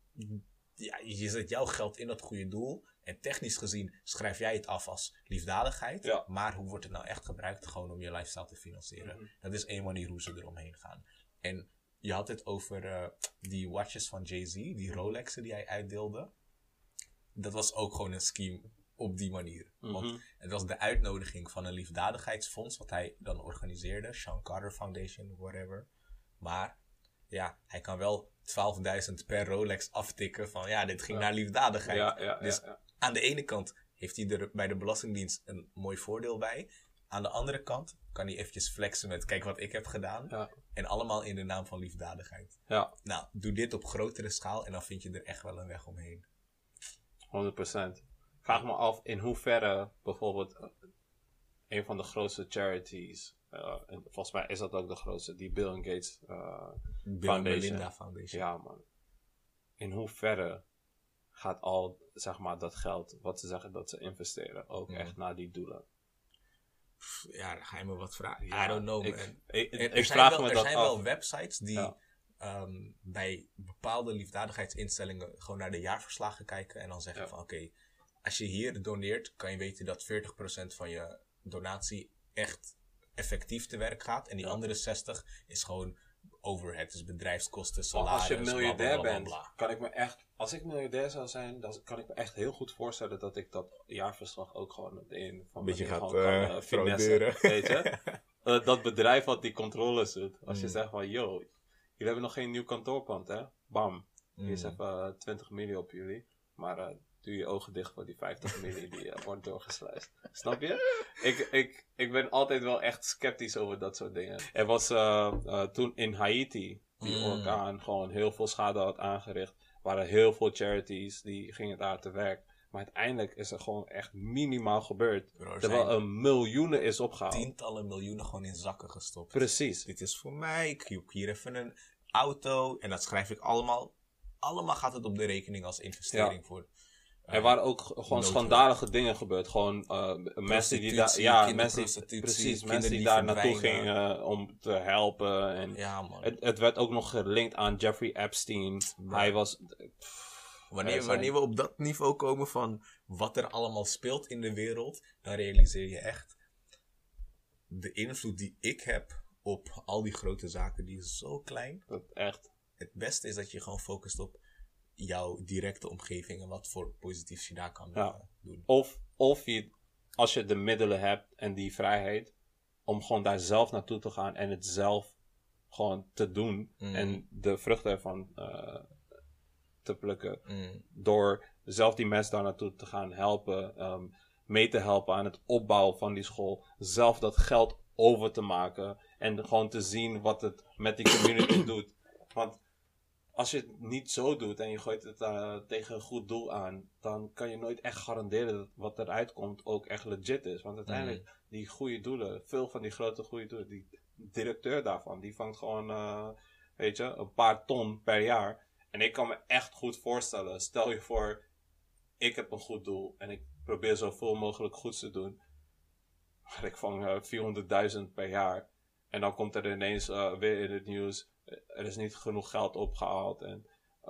A: je zet jouw geld in dat goede doel. En technisch gezien schrijf jij het af als liefdadigheid.
C: Ja.
A: Maar hoe wordt het nou echt gebruikt? Gewoon om je lifestyle te financieren. Dat is één manier hoe ze eromheen gaan. En je had het over die watches van Jay-Z. Die Rolexen die hij uitdeelde. Dat was ook gewoon een scheme op die manier. Want het was de uitnodiging van een liefdadigheidsfonds. Wat hij dan organiseerde. Sean Carter Foundation, whatever. Maar ja, hij kan wel 12.000 per Rolex aftikken van dit ging naar liefdadigheid. Dus aan de ene kant heeft hij er bij de Belastingdienst een mooi voordeel bij. Aan de andere kant kan hij eventjes flexen met kijk wat ik heb gedaan.
B: Ja.
A: En allemaal in de naam van liefdadigheid.
B: Ja.
A: Nou, doe dit op grotere schaal en dan vind je er echt wel een weg omheen.
B: 100%. Vraag me af in hoeverre bijvoorbeeld een van de grootste charities, en volgens mij is dat ook de grootste, die Bill Gates Foundation.
A: Melinda Foundation.
B: Ja, man. In hoeverre gaat al, zeg maar, dat geld, wat ze zeggen dat ze investeren, ook echt naar die doelen?
A: Ja, dan ga je me wat vragen.
B: Ja,
A: I don't know, man.
B: Ik vraag me dat af.
A: Er zijn wel websites die bij bepaalde liefdadigheidsinstellingen gewoon naar de jaarverslagen kijken en dan zeggen van oké, als je hier doneert, kan je weten dat 40% van je donatie echt effectief te werk gaat. En die andere 60 is gewoon overhead, dus bedrijfskosten, salaris,
B: als je miljardair bent,
A: bla.
B: kan ik me echt, als ik miljardair zou zijn, dan kan ik me echt heel goed voorstellen dat ik dat jaarverslag ook gewoon op de een van
A: beetje gaat
B: kan
A: frauderen.
B: Weet je? Dat bedrijf wat die controles doet. Als je zegt van, jullie hebben nog geen nieuw kantoorpand, hè? Bam. Hier is even 20 miljoen op jullie. Maar doe je ogen dicht voor die 50 miljoen die wordt doorgesluist. Snap je? Ik ben altijd wel echt sceptisch over dat soort dingen. Er was toen in Haiti, die orkaan gewoon heel veel schade had aangericht. Er waren heel veel charities die gingen daar te werk. Maar uiteindelijk is er gewoon echt minimaal gebeurd.
A: Bro,
B: terwijl er miljoenen is opgehaald.
A: Tientallen miljoenen gewoon in zakken gestopt.
B: Precies.
A: Dit is voor mij, ik koop hier even een auto. En dat schrijf ik allemaal. Allemaal gaat het op de rekening als investering voor.
B: Er waren ook gewoon schandalige dingen gebeurd. Gewoon mensen die daar, mensen die daar naartoe gingen om te helpen. En
A: man.
B: Het werd ook nog gelinkt aan Jeffrey Epstein. Hij was.
A: Wanneer we op dat niveau komen van wat er allemaal speelt in de wereld, dan realiseer je echt de invloed die ik heb op al die grote zaken, die is zo klein.
B: Dat echt.
A: Het beste is dat je gewoon focust op jouw directe omgeving en wat voor positiefs je daar kan doen.
B: Of je, als je de middelen hebt en die vrijheid, om gewoon daar zelf naartoe te gaan en het zelf
C: gewoon te doen. En de vruchten ervan te plukken. Door zelf die mensen daar naartoe te gaan helpen. Mee te helpen aan het opbouwen van die school. Zelf dat geld over te maken. En gewoon te zien wat het met die community doet. Want als je het niet zo doet en je gooit het tegen een goed doel aan, dan kan je nooit echt garanderen dat wat eruit komt ook echt legit is. Want uiteindelijk, die goede doelen, veel van die grote goede doelen, die directeur daarvan, die vangt gewoon, een paar ton per jaar. En ik kan me echt goed voorstellen, stel je voor, ik heb een goed doel en ik probeer zoveel mogelijk goeds te doen. Maar ik vang 400.000 per jaar. En dan komt er ineens weer in het nieuws, er is niet genoeg geld opgehaald en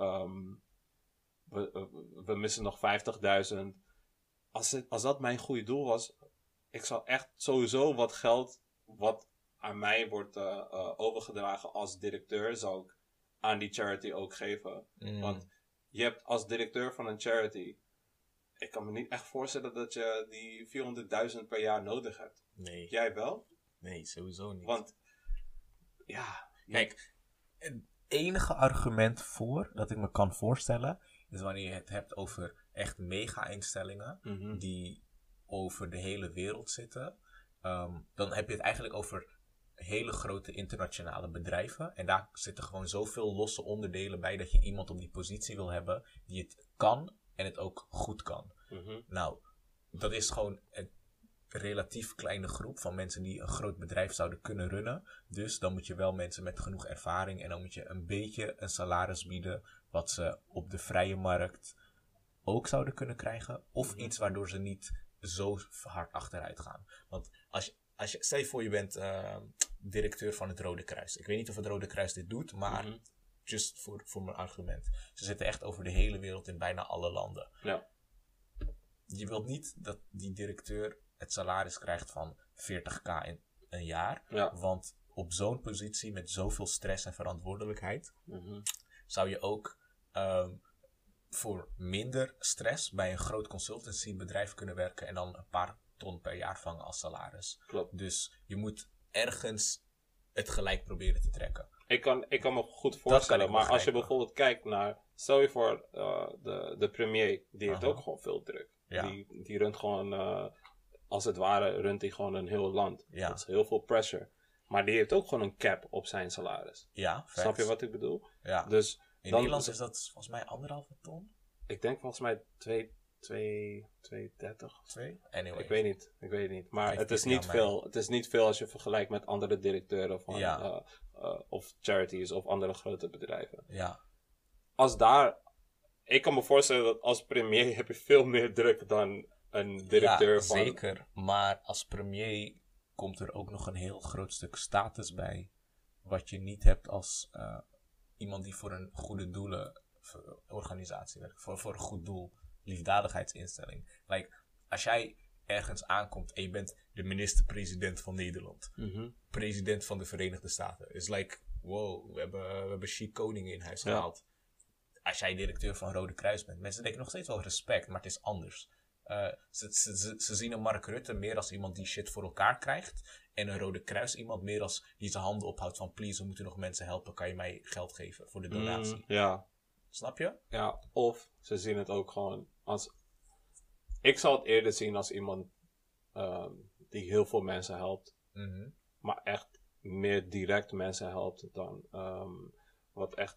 C: we missen nog 50.000. Als dat mijn goede doel was, ik zou echt sowieso wat geld wat aan mij wordt overgedragen als directeur, zou ik aan die charity ook geven. Want je hebt als directeur van een charity, ik kan me niet echt voorstellen dat je die 400.000 per jaar nodig hebt.
A: Nee.
C: Jij wel?
A: Nee, sowieso niet.
C: Want, ja...
D: Kijk, het enige argument voor dat ik me kan voorstellen is wanneer je het hebt over echt mega-instellingen die over de hele wereld zitten. Dan heb je het eigenlijk over hele grote internationale bedrijven. En daar zitten gewoon zoveel losse onderdelen bij dat je iemand op die positie wil hebben die het kan en het ook goed kan. Nou, dat is gewoon een relatief kleine groep van mensen die een groot bedrijf zouden kunnen runnen. Dus dan moet je wel mensen met genoeg ervaring en dan moet je een beetje een salaris bieden wat ze op de vrije markt ook zouden kunnen krijgen. Of iets waardoor ze niet zo hard achteruit gaan. Want als je stel je voor je bent directeur van het Rode Kruis. Ik weet niet of het Rode Kruis dit doet, maar just voor mijn argument. Ze zitten echt over de hele wereld in bijna alle landen.
C: Ja.
D: Je wilt niet dat die directeur het salaris krijgt van 40.000 in een jaar.
C: Ja.
D: Want op zo'n positie met zoveel stress en verantwoordelijkheid zou je ook voor minder stress bij een groot consultancybedrijf kunnen werken en dan een paar ton per jaar vangen als salaris.
C: Klopt.
D: Dus je moet ergens het gelijk proberen te trekken.
C: Ik kan me goed voorstellen, maar als je
D: begrijpen.
C: bijvoorbeeld kijkt naar, stel je voor de premier, die heeft
D: Aha.
C: ook gewoon veel druk.
D: Ja.
C: Die runt gewoon, als het ware, runt hij gewoon een heel land.
D: Ja.
C: Dat is heel veel pressure. Maar die heeft ook gewoon een cap op zijn salaris.
D: Ja, facts.
C: Snap je wat ik bedoel?
D: Ja.
C: Dus
D: In
C: dan,
D: Nederland is dat volgens mij 1,5 ton.
C: ik denk volgens mij 230.
D: 2? Anyway.
C: Ik weet niet. Maar
D: Geef
C: het is
D: niet
C: niet
D: aan
C: veel. Het is niet veel als je vergelijkt met andere directeuren van
D: Ja.
C: of charities of andere grote bedrijven.
D: Ja.
C: Ik kan me voorstellen dat als premier heb je veel meer druk dan een directeur
D: Ja,
C: van...
D: zeker. Maar als premier komt er ook nog een heel groot stuk status bij. Wat je niet hebt als iemand die voor een goede doelenorganisatie werkt. Voor een goed doel. Liefdadigheidsinstelling. Like, als jij ergens aankomt en je bent de minister-president van Nederland. President van de Verenigde Staten. Is like, wow, we hebben chic koningen in huis gehaald. Als jij directeur van Rode Kruis bent. Mensen denken nog steeds wel respect, maar het is anders. Ze zien een Mark Rutte meer als iemand die shit voor elkaar krijgt. En een Rode Kruis iemand meer als die zijn handen ophoudt van please, we moeten nog mensen helpen. Kan je mij geld geven voor de donatie?
C: Ja.
D: Snap je?
C: Ja, of ze zien het ook gewoon als... Ik zal het eerder zien als iemand die heel veel mensen helpt. Maar echt meer direct mensen helpt dan wat echt...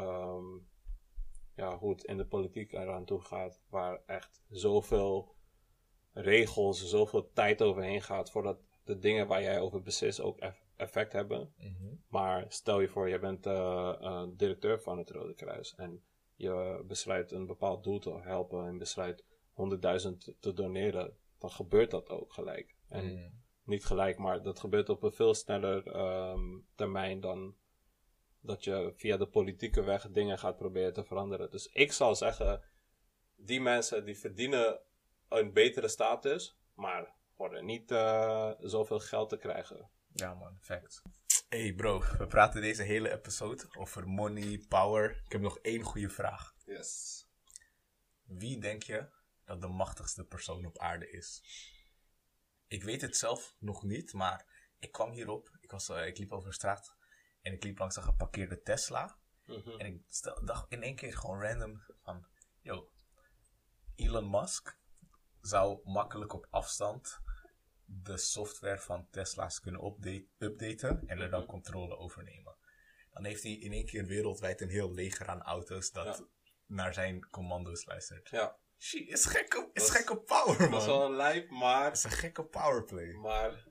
C: hoe het in de politiek eraan toe gaat. Waar echt zoveel regels, zoveel tijd overheen gaat voordat de dingen waar jij over beslist ook effect hebben. Maar stel je voor, je bent directeur van het Rode Kruis en je besluit een bepaald doel te helpen en besluit 100.000 te doneren, dan gebeurt dat ook gelijk. En niet gelijk, maar dat gebeurt op een veel sneller termijn dan dat je via de politieke weg dingen gaat proberen te veranderen. Dus ik zal zeggen, die mensen die verdienen een betere status, maar worden niet zoveel geld te krijgen.
D: Ja man, fact. Hey bro, we praten deze hele episode over money, power. Ik heb nog 1 goede vraag.
C: Yes.
D: Wie denk je dat de machtigste persoon op aarde is? Ik weet het zelf nog niet, maar ik kwam hierop. Ik liep over straat En ik liep langs een geparkeerde Tesla.
C: Mhm.
D: En ik dacht in één keer gewoon random van... Yo, Elon Musk zou makkelijk op afstand de software van Tesla's kunnen updaten en er dan controle over nemen. Dan heeft hij in één keer wereldwijd een heel leger aan auto's dat naar zijn commando's luistert.
C: Ja.
D: Shit, is gekke power, man.
C: Dat is wel een lijp, maar...
D: Dat is een gekke powerplay.
C: Maar...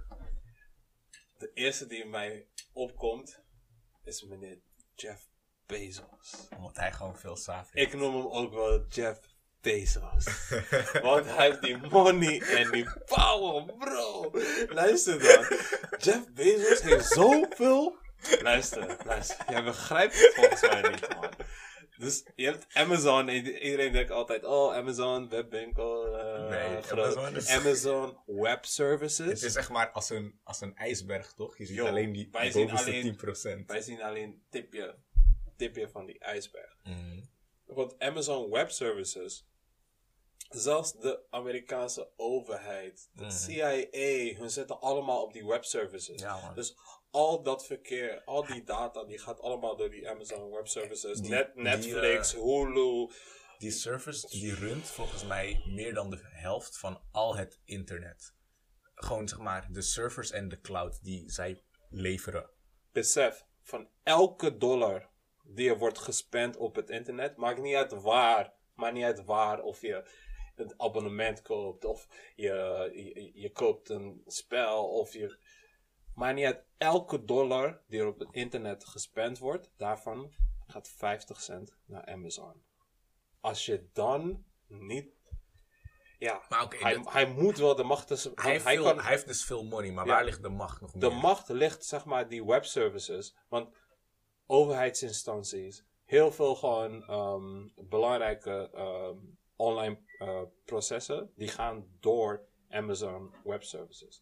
C: De eerste die in mij opkomt... is meneer Jeff Bezos.
D: Omdat hij gewoon veel saaf heeft.
C: Ik noem hem ook wel Jeff Bezos. Want hij heeft die money en die power, bro. Luister dan. Jeff Bezos heeft zoveel... Luister. Jij begrijpt het volgens mij niet, man. Dus je hebt Amazon en iedereen denkt altijd... Oh, Amazon, webwinkel.
D: Nee,
C: groot. Amazon Web Services.
A: Het is zeg maar als een ijsberg, toch? Je ziet
C: Yo,
A: alleen die
C: wij zien
A: bovenste
C: alleen-
A: 10%.
C: Wij zien alleen tipje van die ijsberg.
A: Mhm.
C: Want Amazon Web Services, zelfs de Amerikaanse overheid, de CIA, hun zitten allemaal op die web services.
D: Ja, man.
C: Dus al dat verkeer, al die data, die gaat allemaal door die Amazon Web Services. Netflix, Hulu.
D: Die service die runt volgens mij meer dan de helft van al het internet. Gewoon zeg maar de servers en de cloud die zij leveren.
C: Besef, van elke dollar die er wordt gespend op het internet, maakt niet uit waar, of je een abonnement koopt, of je koopt een spel, of je... Maakt niet uit, elke dollar die er op het internet gespend wordt, daarvan gaat 50 cent naar Amazon. Als je dan niet... Ja,
D: Maar oké,
C: hij moet wel de macht... tussen-
D: Hij heeft dus veel money, maar
C: Ja.
D: waar ligt de macht nog meer?
C: De macht ligt, zeg maar, die webservices. Want overheidsinstanties, heel veel gewoon belangrijke online processen, die gaan door Amazon Web Services.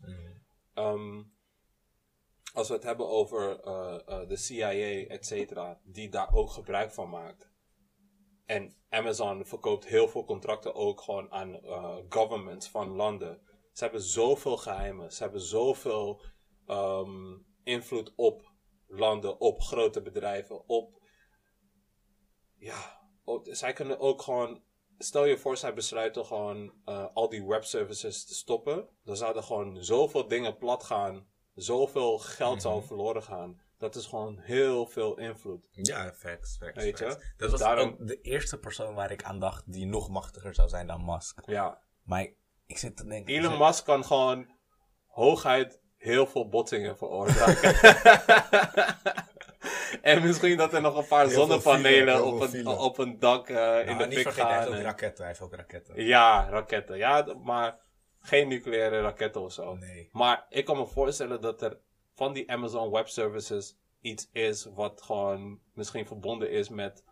C: Als we het hebben over de CIA, et cetera, die daar ook gebruik van maakt. En Amazon verkoopt heel veel contracten ook gewoon aan governments van landen. Ze hebben zoveel geheimen. Ze hebben zoveel invloed op landen, op grote bedrijven, zij kunnen ook gewoon... Stel je voor, zij besluiten gewoon al die webservices te stoppen. Dan zouden gewoon zoveel dingen plat gaan. Zoveel geld zou verloren gaan. Dat is gewoon heel veel invloed.
D: Ja, facts.
C: Weet je?
D: Dat
C: Dus
D: was
C: daarom-
D: ook de eerste persoon waar ik aan dacht die nog machtiger zou zijn dan Musk.
C: Ja.
D: Maar ik zit te denken...
C: Elon Musk kan gewoon hooguit heel veel botsingen veroorzaken. En misschien dat er nog een paar
A: Heel veel
C: zonnepanelen
A: file, heel veel file.
C: op een dak in
A: Nou,
C: de
A: niet
C: fik
A: vergeten, hij heeft
C: gaan.
A: ook raketten. Hij heeft ook raketten.
C: Ja, raketten. Ja, maar geen nucleaire raketten of zo.
A: Nee.
C: Maar ik kan me voorstellen dat er van die Amazon Web Services iets is wat gewoon misschien verbonden is met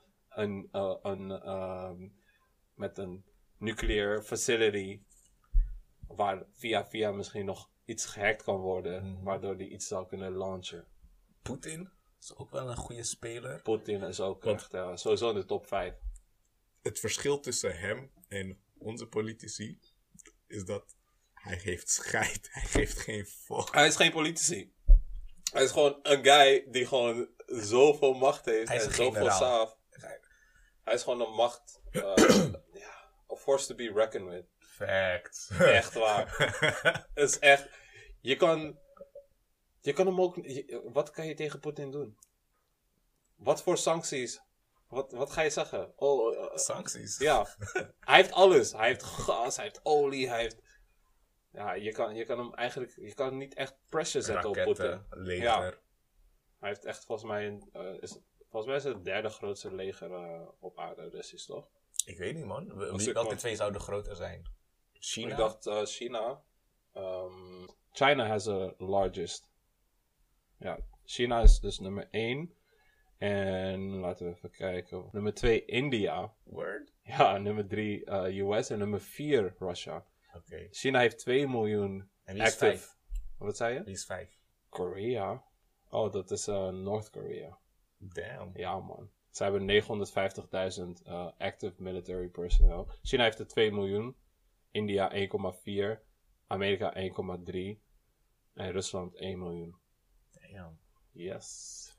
C: een nuclear facility. Waar via misschien nog iets gehackt kan worden. Waardoor die iets zou kunnen launchen.
D: Poetin is ook wel een goede speler.
C: Poetin is ook echt sowieso in de top 5.
A: Het verschil tussen hem en onze politici is dat hij heeft scheid. Hij geeft geen fuck.
C: Hij is geen politici. Hij is gewoon een guy die gewoon zoveel macht heeft.
D: Hij is
C: en
D: een
C: zoveel
D: generaal.
C: saaf. Hij is gewoon een macht. A force to be reckoned with.
D: Facts.
C: Echt waar. Het is echt... Je kan hem ook... Wat kan je tegen Poetin doen? Wat voor sancties? Wat ga je zeggen?
A: Sancties.
C: Ja. Hij heeft alles. Hij heeft gas, hij heeft olie, hij heeft... Ja, je kan hem eigenlijk... Je kan niet echt pressure zetten op Poetin.
A: Raketten, leger.
C: Ja. Hij heeft echt volgens mij... volgens mij is het derde grootste leger op aarde, Russisch, toch?
A: Ik weet niet, man.
C: ik
A: Welke
C: man.
A: twee zouden groter zijn? China?
C: Ik dacht China. China has the largest. Ja, China is dus nummer 1. En laten we even kijken. Nummer 2 India.
A: Word?
C: Ja, nummer 3 US en nummer 4 Russia.
A: Oké.
C: China heeft 2 miljoen
A: En wie is
C: active.
A: 5?
C: Wat zei je?
A: Wie is 5?
C: Korea. Oh, dat is North Korea.
A: Damn.
C: Ja, man. Ze hebben 950.000 active military personnel. China heeft er 2 miljoen. India 1,4. Amerika 1,3. En Rusland 1 miljoen.
A: Damn.
C: Yes.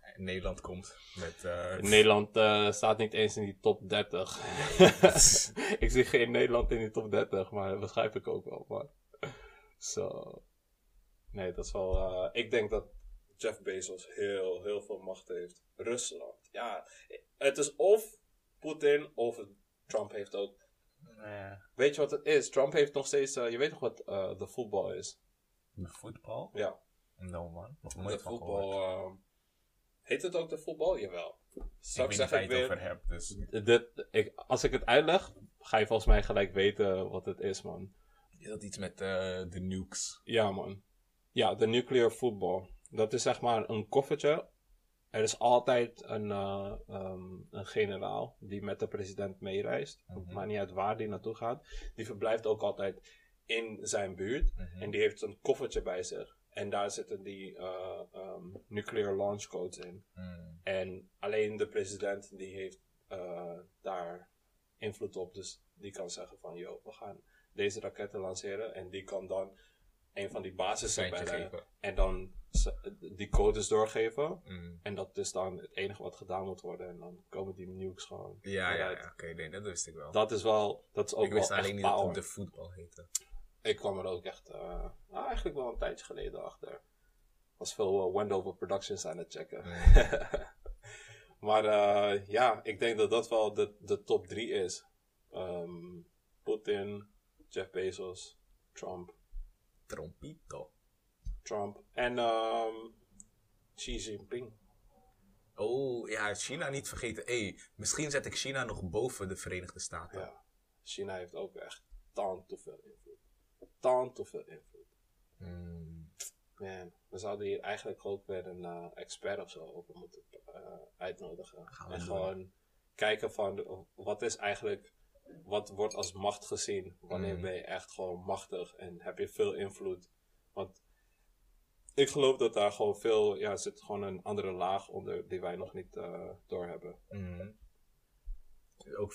A: Nederland komt met...
B: Nederland staat niet eens in die top 30. Ik zie geen Nederland in die top 30, maar dat begrijp ik ook wel. Maar... Zo. Nee, dat is wel...
C: Ik denk dat Jeff Bezos heel veel macht heeft. Rusland. Ja, het is of Poetin of Trump heeft ook. Weet je wat het is? Trump heeft nog steeds... je weet nog wat de voetbal is?
D: De voetbal?
C: Ja.
D: No man. Nog
C: De
D: nooit van gehoord.
C: voetbal... heet het ook de voetbal? Jawel.
D: Ik
C: Straks
D: weet niet
C: zeg
D: waar
C: ik
D: je het
C: weer...
D: over hebt, dus...
B: Als ik het uitleg, ga je volgens mij gelijk weten wat het is, man.
A: Is dat iets met de nukes?
B: Ja, man. Ja, de nuclear football. Dat is zeg maar een koffertje. Er is altijd een generaal die met de president meereist. Het maakt niet uit waar die naartoe gaat. Die verblijft ook altijd in zijn buurt. En die heeft een koffertje bij zich. En daar zitten die nuclear launch codes in. En alleen de president die heeft daar invloed op. Dus die kan zeggen van, yo, we gaan deze raketten lanceren. En die kan dan een van die basissen
A: Seintje
B: bellen.
A: geven.
B: En dan die codes doorgeven. En dat is dan het enige wat gedaan moet worden. En dan komen die nukes gewoon
A: Ja,
B: eruit.
A: oké, nee, dat wist ik wel.
B: Dat is ook
A: ik
B: wel
A: wist
B: echt
A: alleen niet dat
B: power.
A: het de voetbal heette.
B: Ik kwam er ook echt eigenlijk wel een tijdje geleden achter. Was veel Wendover Productions aan het checken. Maar ja, ik denk dat dat wel de top 3 is. Poetin, Jeff Bezos, Trump
A: Trompito.
B: en Xi Jinping.
A: Oh, ja, China niet vergeten. Misschien zet ik China nog boven de Verenigde Staten.
B: Ja, China heeft ook echt tant te veel invloed. Tant te veel invloed. Man, we zouden hier eigenlijk ook weer een expert of zo over moeten uitnodigen.
A: Gaan we
B: En
A: doen.
B: gewoon kijken van wat is eigenlijk, wat wordt als macht gezien? Wanneer ben je echt gewoon machtig en heb je veel invloed? Want ik geloof dat daar gewoon veel, ja, er zit gewoon een andere laag onder die wij nog niet doorhebben.
A: Ook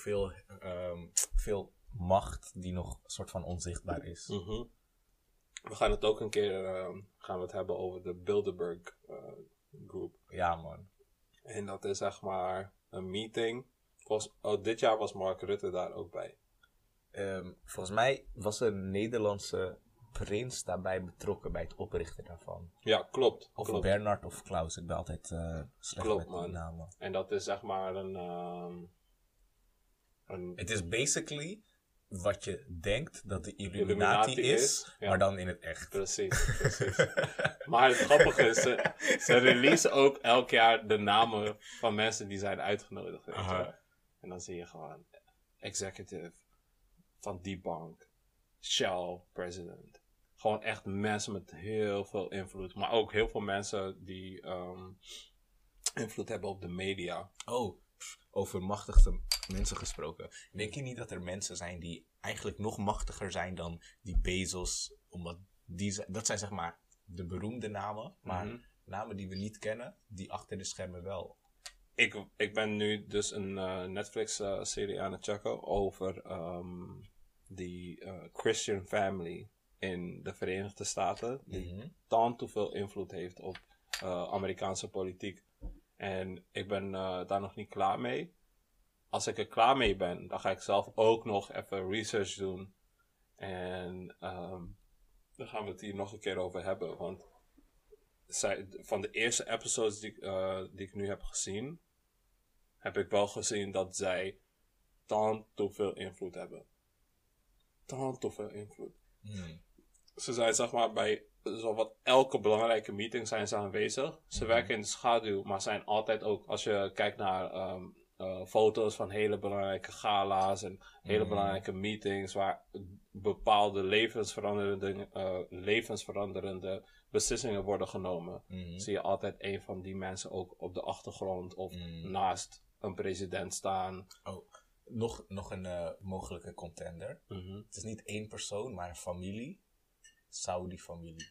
A: veel macht die nog een soort van onzichtbaar is.
B: We gaan het ook een keer gaan we het hebben over de Bilderberg Group.
A: Ja, man.
B: En dat is zeg maar een meeting. Dit jaar was Mark Rutte daar ook bij.
A: Volgens mij was een Nederlandse prins daarbij betrokken bij het oprichten daarvan.
B: Ja, klopt.
A: Of
B: klopt.
A: Bernard of Klaus. Ik ben altijd slecht
B: Klopt,
A: met die
B: man.
A: namen.
B: En dat is zeg maar een
A: Het is basically wat je denkt dat de Illuminati
B: Illuminati
A: is,
B: is, ja.
A: maar dan in het echt.
B: Precies. Maar het grappige is, ze releasen ook elk jaar de namen van mensen die zijn uitgenodigd. Weet je
A: Aha.
B: wel. En dan zie je gewoon executive van die bank, Shell president. Gewoon echt mensen met heel veel invloed. Maar ook heel veel mensen die invloed hebben op de media.
A: Oh, over machtigste mensen gesproken. Denk je niet dat er mensen zijn die eigenlijk nog machtiger zijn dan die Bezos? Omdat dat zijn zeg maar de beroemde namen, maar namen die we niet kennen, die achter de schermen wel.
B: Ik ben nu dus een Netflix-serie aan het checken over die Christian family in de Verenigde Staten. Die tant te veel invloed heeft op Amerikaanse politiek. En ik ben daar nog niet klaar mee. Als ik er klaar mee ben, dan ga ik zelf ook nog even research doen. En dan gaan we het hier nog een keer over hebben. Want van de eerste episodes die ik nu heb gezien, heb ik wel gezien dat zij tant te veel invloed hebben. Tant te veel invloed. Ze zijn zeg maar bij zowat elke belangrijke meeting zijn ze aanwezig. Ze werken in de schaduw, maar zijn altijd ook, als je kijkt naar foto's van hele belangrijke gala's en hele belangrijke meetings waar bepaalde levensveranderende beslissingen worden genomen, zie je altijd een van die mensen ook op de achtergrond of naast een president staan.
A: Oh, nog een mogelijke contender. Het is niet één persoon, maar een familie. Saudi-familie.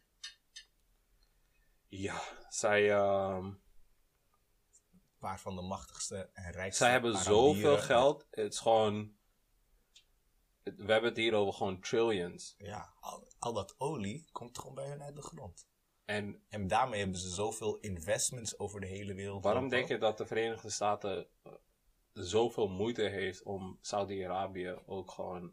B: Ja, zij
A: Een paar van de machtigste en rijkste
B: zij hebben
A: Arabieren.
B: zoveel geld. Het is gewoon... We hebben het hier over gewoon trillions.
A: Ja, al dat olie komt gewoon bij hun uit de grond. En daarmee hebben ze zoveel investments over de hele wereld.
B: waarom
A: lopen.
B: denk je dat de Verenigde Staten zoveel moeite heeft om Saudi-Arabië ook gewoon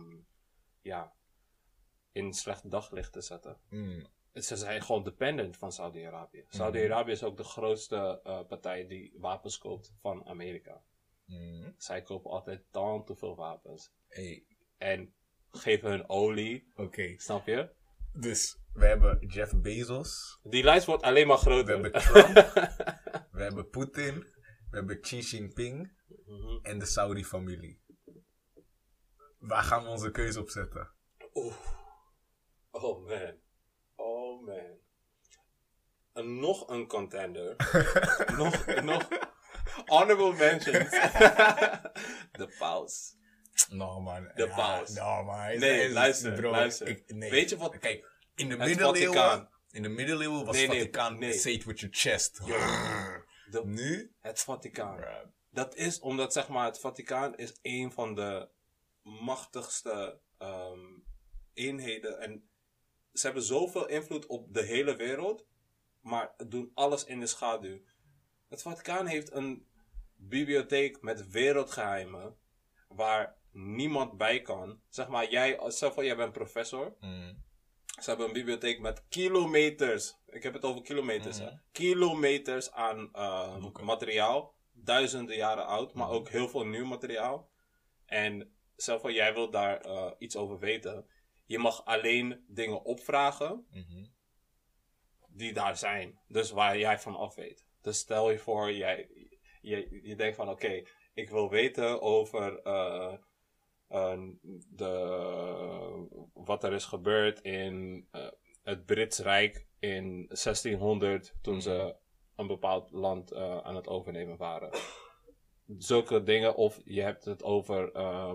B: in slecht daglicht te zetten? Ze zijn gewoon dependent van Saudi-Arabië. Saudi-Arabië is ook de grootste partij die wapens koopt van Amerika. Zij kopen altijd dan te veel wapens.
A: Hey,
B: En geven hun olie,
A: oké.
B: snap je?
A: Dus we hebben Jeff Bezos.
B: Die lijst wordt alleen maar
A: We
B: groter.
A: hebben Trump. We hebben Poetin. We hebben Xi Jinping. En de Saudi-familie. Waar gaan we onze keuze op zetten?
C: Oeh. Oh man. Oh man. En nog een contender.
B: nog honorable mentions. De paus.
A: No man.
C: De paus.
A: No man.
C: Nee, luister.
A: Nee.
C: Weet je wat?
A: Kijk, in de
C: Het
A: middeleeuwen...
C: Vaticaan.
A: In de middeleeuwen was
B: Nee, nee,
A: Vaticaan
B: nee.
A: say it with your chest. Nu?
B: Het Vaticaan.
A: Bruh.
C: Dat is omdat, zeg maar, het Vaticaan is een van de machtigste eenheden. En ze hebben zoveel invloed op de hele wereld, maar doen alles in de schaduw. Het Vaticaan heeft een bibliotheek met wereldgeheimen, waar niemand bij kan. Zeg maar, jij bent professor. Ze hebben een bibliotheek met kilometers. Ik heb het over kilometers. Hè? Kilometers aan materiaal. Duizenden jaren oud. Maar ook heel veel nieuw materiaal. En stel voor, jij wilt daar iets over weten. Je mag alleen dingen opvragen. Die daar zijn. Dus waar jij van af weet. Dus stel je voor, je denkt van oké, ik wil weten over... wat er is gebeurd in het Brits Rijk in 1600 toen ze een bepaald land aan het overnemen waren. Zulke dingen, of je hebt het over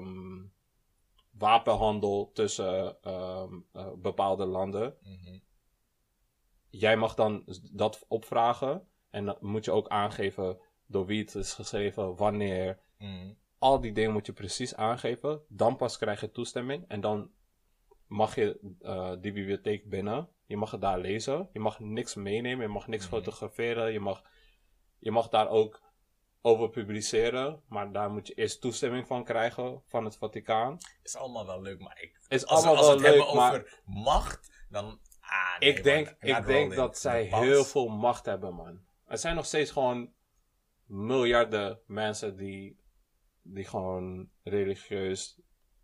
C: wapenhandel tussen bepaalde landen. Jij mag dan dat opvragen en dan moet je ook aangeven door wie het is geschreven, wanneer. Al die dingen moet je precies aangeven. Dan pas krijg je toestemming. En dan mag je die bibliotheek binnen. Je mag het daar lezen. Je mag niks meenemen. Je mag niks fotograferen. Je mag daar ook over publiceren. Maar daar moet je eerst toestemming van krijgen van het Vaticaan.
A: Is allemaal wel leuk, maar
B: Als
A: we het
B: leuk,
A: hebben
B: maar
A: over macht, dan...
B: ik denk dat zij heel veel macht hebben, man. Er zijn nog steeds gewoon miljarden mensen die gewoon religieus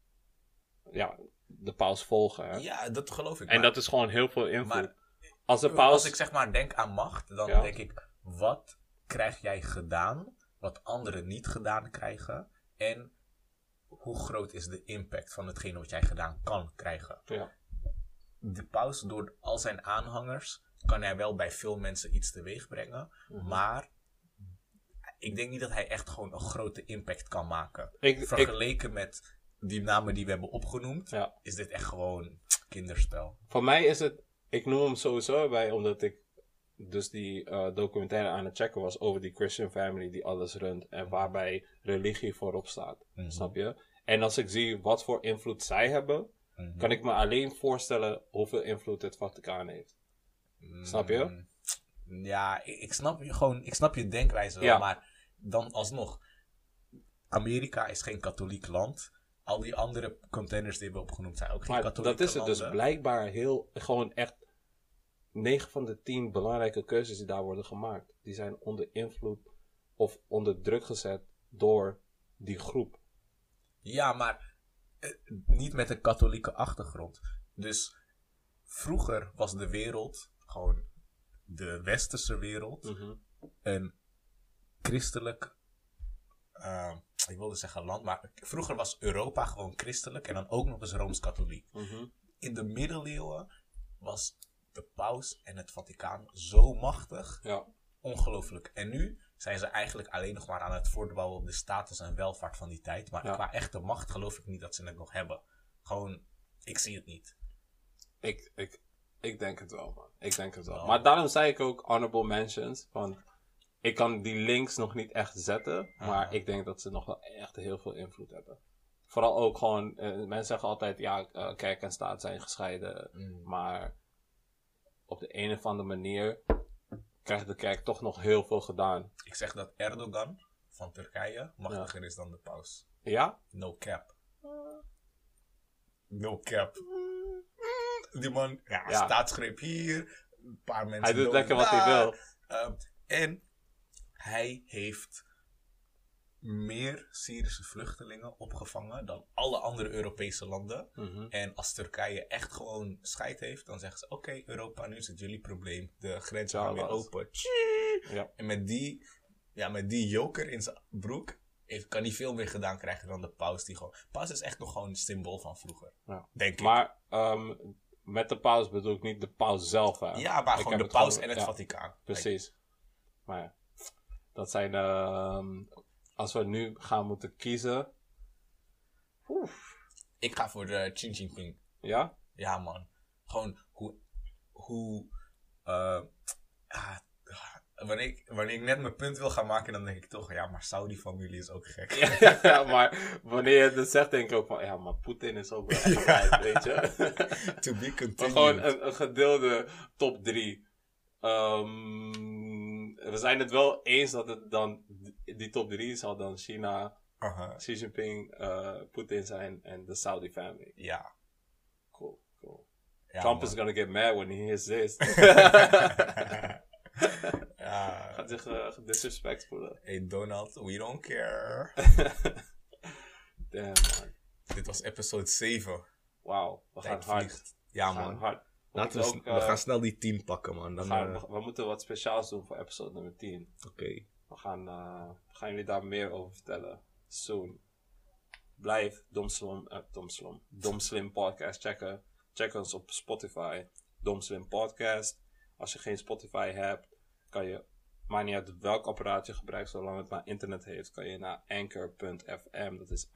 B: de paus volgen. Hè?
A: Ja, dat geloof ik.
B: En dat is gewoon heel veel invloed.
A: Maar
B: als de paus...
A: als ik zeg maar denk aan macht, dan denk ik... Wat krijg jij gedaan, wat anderen niet gedaan krijgen? En hoe groot is de impact van hetgene wat jij gedaan kan krijgen?
B: Ja.
A: De paus, door al zijn aanhangers, kan hij wel bij veel mensen iets teweeg brengen. Maar... ik denk niet dat hij echt gewoon een grote impact kan maken. Vergeleken met die namen die we hebben opgenoemd, is dit echt gewoon kinderspel.
B: Voor mij is het... Ik noem hem sowieso erbij, omdat ik dus die documentaire aan het checken was over die Christian family die alles runt. En waarbij religie voorop staat. Snap je? En als ik zie wat voor invloed zij hebben, kan ik me alleen voorstellen hoeveel invloed het Vaticaan heeft. Snap je?
A: Ja, ik snap je denkwijze wel, maar dan alsnog, Amerika is geen katholiek land. Al die andere containers die we hebben opgenoemd zijn ook geen katholieke landen.
B: Dat is het dus blijkbaar gewoon echt 9 van de 10 belangrijke keuzes die daar worden gemaakt. Die zijn onder invloed of onder druk gezet door die groep.
A: Ja, maar niet met een katholieke achtergrond. Dus vroeger was de wereld, gewoon de westerse wereld, een christelijk, ik wilde zeggen land, maar vroeger was Europa gewoon christelijk en dan ook nog eens Rooms-katholiek. In de middeleeuwen was de paus en het Vaticaan zo machtig.
B: Ja.
A: Ongelooflijk. En nu zijn ze eigenlijk alleen nog maar aan het voortbouwen op de status en welvaart van die tijd. Maar qua echte macht geloof ik niet dat ze het nog hebben. Gewoon, ik zie het niet.
B: Ik denk het wel, man. Ik denk het wel. Maar daarom zei ik ook honorable mentions. Want ik kan die links nog niet echt zetten. Maar ik denk dat ze nog wel echt heel veel invloed hebben. Vooral ook gewoon, mensen zeggen altijd, kerk en staat zijn gescheiden. Maar op de een of andere manier krijgt de kerk toch nog heel veel gedaan.
D: Ik zeg dat Erdogan van Turkije machtiger is dan de paus.
B: Ja?
D: No cap. No cap. Die man, staatsgreep hier. Een paar mensen
B: Hij doet
D: dood
B: lekker wat
D: daar.
B: hij wil.
D: En hij heeft meer Syrische vluchtelingen opgevangen dan alle andere Europese landen. En als Turkije echt gewoon scheid heeft, dan zeggen ze: oké, Europa, nu is het jullie probleem. De grenzen gaan weer open.
B: Ja.
D: En met die joker in zijn broek kan hij veel meer gedaan krijgen dan de paus. Paus is echt nog gewoon een symbool van vroeger.
B: Ja.
D: Denk ik.
B: Maar met de paus bedoel ik niet de paus zelf. Hè.
D: Ja, maar gewoon de paus en het Vaticaan.
B: Precies. Maar ja, dat zijn... als we nu gaan moeten kiezen...
D: Ik ga voor de Xi Jinping.
B: Ja?
D: Ja, man. Gewoon wanneer ik net mijn punt wil gaan maken, dan denk ik toch, ja, maar Saudi-familie is ook gek.
B: Ja, maar wanneer je dat zegt, denk ik ook van, ja, maar Poetin is ook wel echt wijs, weet je.
D: To be continued.
B: Maar gewoon een gedeelde top 3. We zijn het wel eens dat het dan, die top 3 zal dan China, Xi Jinping, Poetin zijn en de Saudi family.
D: Ja.
B: Cool.
D: Ja,
B: Trump
D: man.
B: is gonna get mad when he hears this.
D: Ja.
B: Gaat zich gedisrespect voelen.
D: Hey Donald, we don't care.
B: Damn, man.
D: Dit was episode 7.
B: Wauw, we gaan
D: Tijd
B: hard.
D: vliegt. Ja,
B: We gaan
D: man.
B: hard.
D: Laten we gaan snel die 10 pakken, man.
B: We moeten wat speciaals doen voor episode nummer 10.
D: Oké.
B: We gaan jullie daar meer over vertellen. Soon. Blijf Dom Slim Podcast checken. Check ons op Spotify. Dom Slim Podcast. Als je geen Spotify hebt, kan je, maakt niet uit welk apparaat je gebruikt, zolang het maar internet heeft, kan je naar anchor.fm. Dat is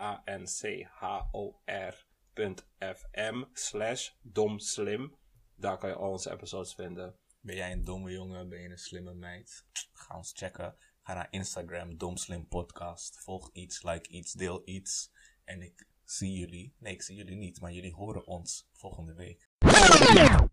B: anchor.fm/domslim. Daar kan je al onze episodes vinden.
D: Ben jij een domme jongen? Ben je een slimme meid? Ga ons checken. Ga naar Instagram, Domslim Podcast. Volg iets, like iets, deel iets. En ik zie jullie. Nee, ik zie jullie niet, maar jullie horen ons volgende week.